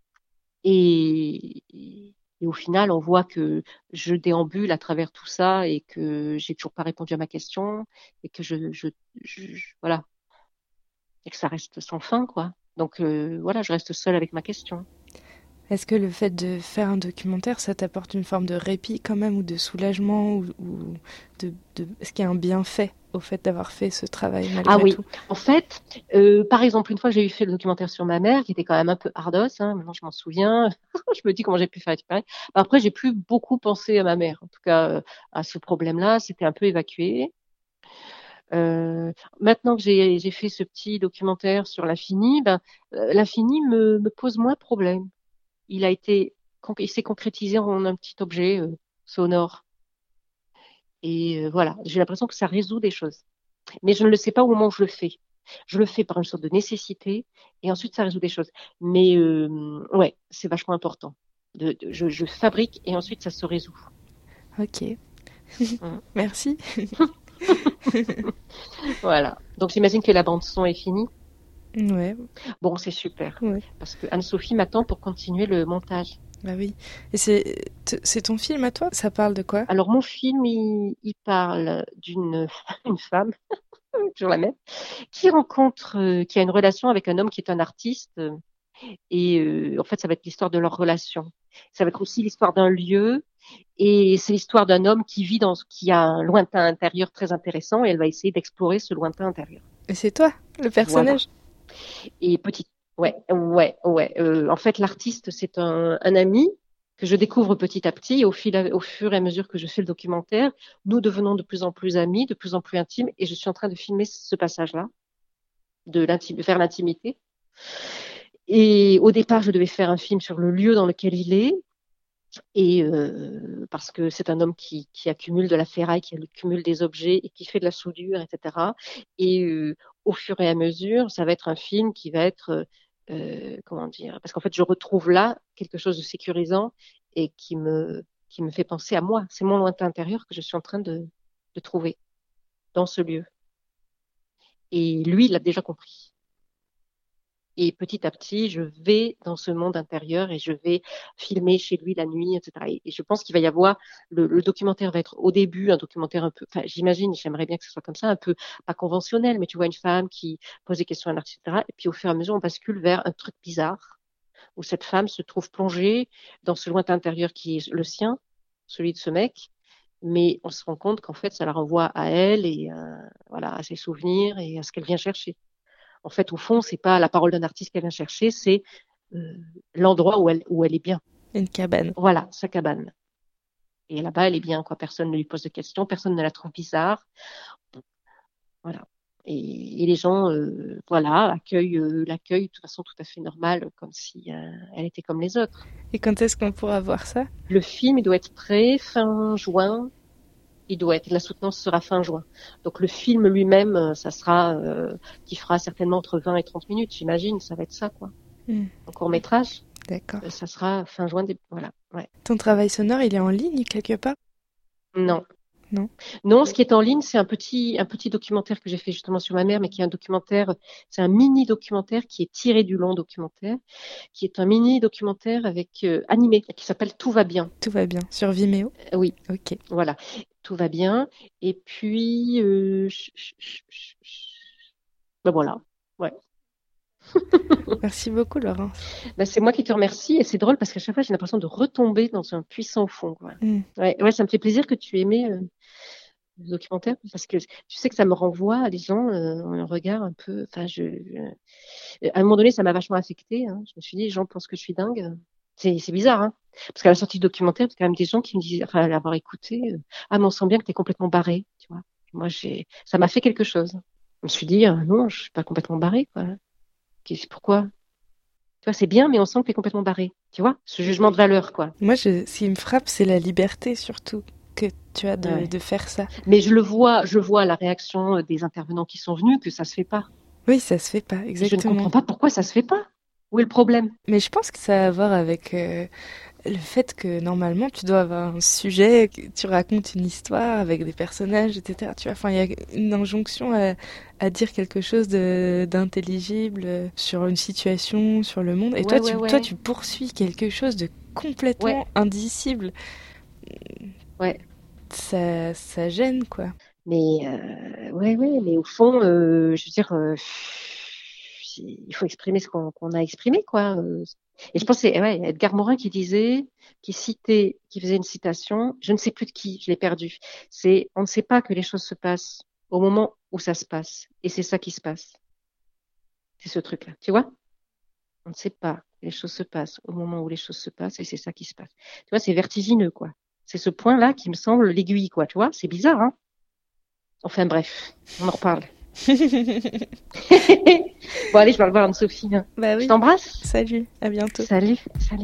Et... et au final, on voit que je déambule à travers tout ça et que j'ai toujours pas répondu à ma question et que je, je, je, je... voilà. Et que ça reste sans fin, quoi. Donc euh, voilà, je reste seule avec ma question. Est-ce que le fait de faire un documentaire, ça t'apporte une forme de répit quand même, ou de soulagement, ou, ou de, de... est-ce qu'il y a un bienfait au fait d'avoir fait ce travail malgré Ah oui, tout ? En fait, euh, par exemple, une fois que j'ai eu fait le documentaire sur ma mère, qui était quand même un peu hardos, hein, maintenant je m'en souviens, je me dis comment j'ai pu faire pareil. Après, j'ai plus beaucoup pensé à ma mère, en tout cas euh, à ce problème-là, c'était un peu évacué. Euh, maintenant que j'ai, j'ai fait ce petit documentaire sur l'infini, ben, euh, l'infini me, me pose moins de problème. Il a été, il s'est concrétisé en un petit objet euh, sonore. Et euh, voilà, j'ai l'impression que ça résout des choses. Mais je ne le sais pas au moment où je le fais. Je le fais par une sorte de nécessité, et ensuite ça résout des choses. Mais euh, ouais, c'est vachement important. De, de, je, je fabrique et ensuite ça se résout. Ok. Merci. Voilà. Donc j'imagine que la bande son est finie. Ouais. Bon, c'est super. Ouais. Parce que Anne-Sophie m'attend pour continuer le montage. Bah oui. Et c'est, c'est ton film à toi? Ça parle de quoi? Alors mon film, il, il parle d'une une femme, toujours la même, qui rencontre, euh, qui a une relation avec un homme qui est un artiste. Euh, et euh, en fait, ça va être l'histoire de leur relation. Ça va être aussi l'histoire d'un lieu. Et c'est l'histoire d'un homme qui vit dans, qui a un lointain intérieur très intéressant. Et elle va essayer d'explorer ce lointain intérieur. Et c'est toi, le personnage? Voilà. Et petit. Ouais, ouais, ouais. Euh, en fait, l'artiste, c'est un, un ami que je découvre petit à petit. Et au, fil, au fur et à mesure que je fais le documentaire, nous devenons de plus en plus amis, de plus en plus intimes. Et je suis en train de filmer ce passage-là, de l'intim, vers l'intimité. Et au départ, je devais faire un film sur le lieu dans lequel il est. Et euh, parce que c'est un homme qui, qui accumule de la ferraille, qui accumule des objets et qui fait de la soudure, et cetera. Et euh, au fur et à mesure, ça va être un film qui va être, euh, comment dire, parce qu'en fait, je retrouve là quelque chose de sécurisant et qui me qui me fait penser à moi. C'est mon lointain intérieur que je suis en train de, de trouver dans ce lieu. Et lui, il l'a déjà compris. Et petit à petit, je vais dans ce monde intérieur et je vais filmer chez lui la nuit, et cetera. Et, et je pense qu'il va y avoir, le, le documentaire va être au début un documentaire un peu, enfin j'imagine, j'aimerais bien que ce soit comme ça, un peu pas conventionnel, mais tu vois une femme qui pose des questions à un artiste, et cetera. Et puis au fur et à mesure, on bascule vers un truc bizarre où cette femme se trouve plongée dans ce lointain intérieur qui est le sien, celui de ce mec. Mais on se rend compte qu'en fait, ça la renvoie à elle et euh, voilà, à ses souvenirs et à ce qu'elle vient chercher. En fait, au fond, c'est pas la parole d'un artiste qu'elle vient chercher, c'est euh, l'endroit où elle où elle est bien. Une cabane. Voilà, sa cabane. Et là-bas, elle est bien, quoi. Personne ne lui pose de questions, personne ne la trouve bizarre. Voilà. Et, et les gens, euh, voilà, accueillent euh, l'accueillent de toute façon tout à fait normale, comme si euh, elle était comme les autres. Et quand est-ce qu'on pourra voir ça? Le film, il doit être prêt fin juin. Il doit être, la soutenance sera fin juin. Donc le film lui-même, ça sera, euh, qui fera certainement entre vingt et trente minutes, j'imagine, ça va être ça, quoi. Mm. Un court-métrage. D'accord. Euh, ça sera fin juin, début, voilà, ouais. Ton travail sonore, il est en ligne quelque part? Non. Non. Non, ce qui est en ligne, c'est un petit, un petit documentaire que j'ai fait justement sur ma mère, mais qui est un documentaire, c'est un mini documentaire qui est tiré du long documentaire, qui est un mini documentaire avec euh, animé, qui s'appelle Tout va bien. Tout va bien. Sur Vimeo? Euh, oui. Ok. Voilà. Tout va bien. Et puis, euh, ch- ch- ch- ch- ch- ben voilà. Ouais. Merci beaucoup, Laurence. Ben, c'est moi qui te remercie et c'est drôle parce qu'à chaque fois j'ai l'impression de retomber dans un puissant fond, quoi. Mm. Ouais, ouais, ça me fait plaisir que tu aimais euh, le documentaire parce que tu sais que ça me renvoie à des gens, euh, un regard un peu. Enfin, je, je- à un moment donné, ça m'a vachement affectée. Hein. Je me suis dit, les gens pensent que je suis dingue. C'est, c'est bizarre, hein. Parce qu'à la sortie du documentaire, il y a quand même des gens qui me disent, enfin, à l'avoir écouté, euh, ah, mais on sent bien que t'es complètement barré, tu vois. Moi, j'ai, ça m'a fait quelque chose. Je me suis dit, ah, non, je suis pas complètement barré, quoi. Qu'est-ce, pourquoi? Tu vois, c'est bien, mais on sent que t'es complètement barré. Tu vois, ce jugement de valeur, quoi. Moi, je, ce qui me frappe, c'est la liberté, surtout, que tu as de, Ouais. de faire ça. Mais je le vois, je vois la réaction des intervenants qui sont venus, que ça se fait pas. Oui, ça se fait pas, Je ne exactement. comprends pas pourquoi ça se fait pas. Où est le problème? Mais je pense que ça a à voir avec euh, le fait que normalement tu dois avoir un sujet, que tu racontes une histoire avec des personnages, et cetera. Tu vois, enfin, il y a une injonction à, à dire quelque chose de, d'intelligible sur une situation, sur le monde. Et Ouais, toi, ouais, tu, ouais. toi, tu poursuis quelque chose de complètement Ouais. indicible. Ouais. Ça, ça gêne, quoi. Mais euh, ouais, ouais, mais au fond, euh, je veux dire, euh, il faut exprimer ce qu'on, qu'on a exprimé, quoi. Euh, Et je pense que c'est ouais, Edgar Morin qui disait, qui citait, qui faisait une citation, je ne sais plus de qui, je l'ai perdu. C'est, on ne sait pas que les choses se passent au moment où ça se passe, et c'est ça qui se passe. C'est ce truc-là, tu vois? On ne sait pas que les choses se passent au moment où les choses se passent, et c'est ça qui se passe. Tu vois, c'est vertigineux, quoi. C'est ce point-là qui me semble l'aiguille, quoi. Tu vois, c'est bizarre, hein? Enfin bref, on en reparle. Bon allez, je vais aller voir Anne-Sophie. Hein. Bah oui. Je t'embrasse. Salut, à bientôt. Salut, salut.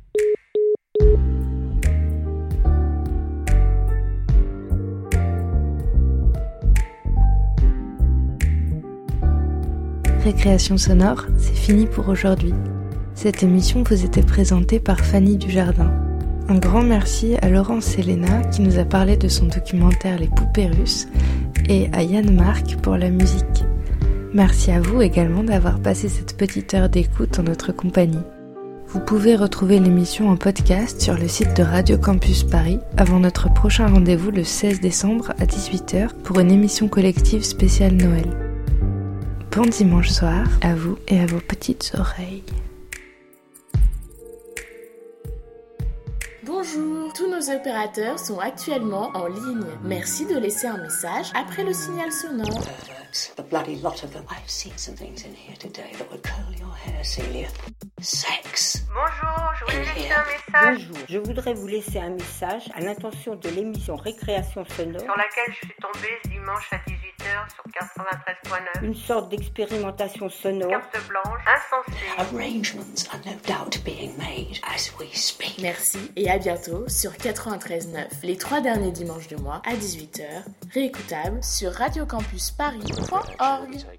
Récréation sonore, c'est fini pour aujourd'hui. Cette émission vous était présentée par Fanny Dujardin. Un grand merci à Laurence Selena qui nous a parlé de son documentaire Les Poupées Russes et à Yann Marc pour la musique. Merci à vous également d'avoir passé cette petite heure d'écoute en notre compagnie. Vous pouvez retrouver l'émission en podcast sur le site de Radio Campus Paris avant notre prochain rendez-vous le seize décembre à dix-huit heures pour une émission collective spéciale Noël. Bon dimanche soir à vous et à vos petites oreilles. Bonjour, tous nos opérateurs sont actuellement en ligne. Merci de laisser un message après le signal sonore. The bloody lot of them. I've seen some things in here today that would curl your hair, Celia. Sex. Bonjour, je voulais laisser un message. Bonjour, je voudrais vous laisser un message à l'intention de l'émission Récréation sonore sur laquelle je suis tombée ce dimanche à dix-huit heures sur quatre-vingt-treize point neuf. Une sorte d'expérimentation sonore. Carte blanche, insensée. Arrangements are no doubt being made as we speak. Merci et à bientôt sur quatre-vingt-treize neuf, les trois derniers dimanches du mois à dix-huit heures, réécoutable sur radio campus paris point org.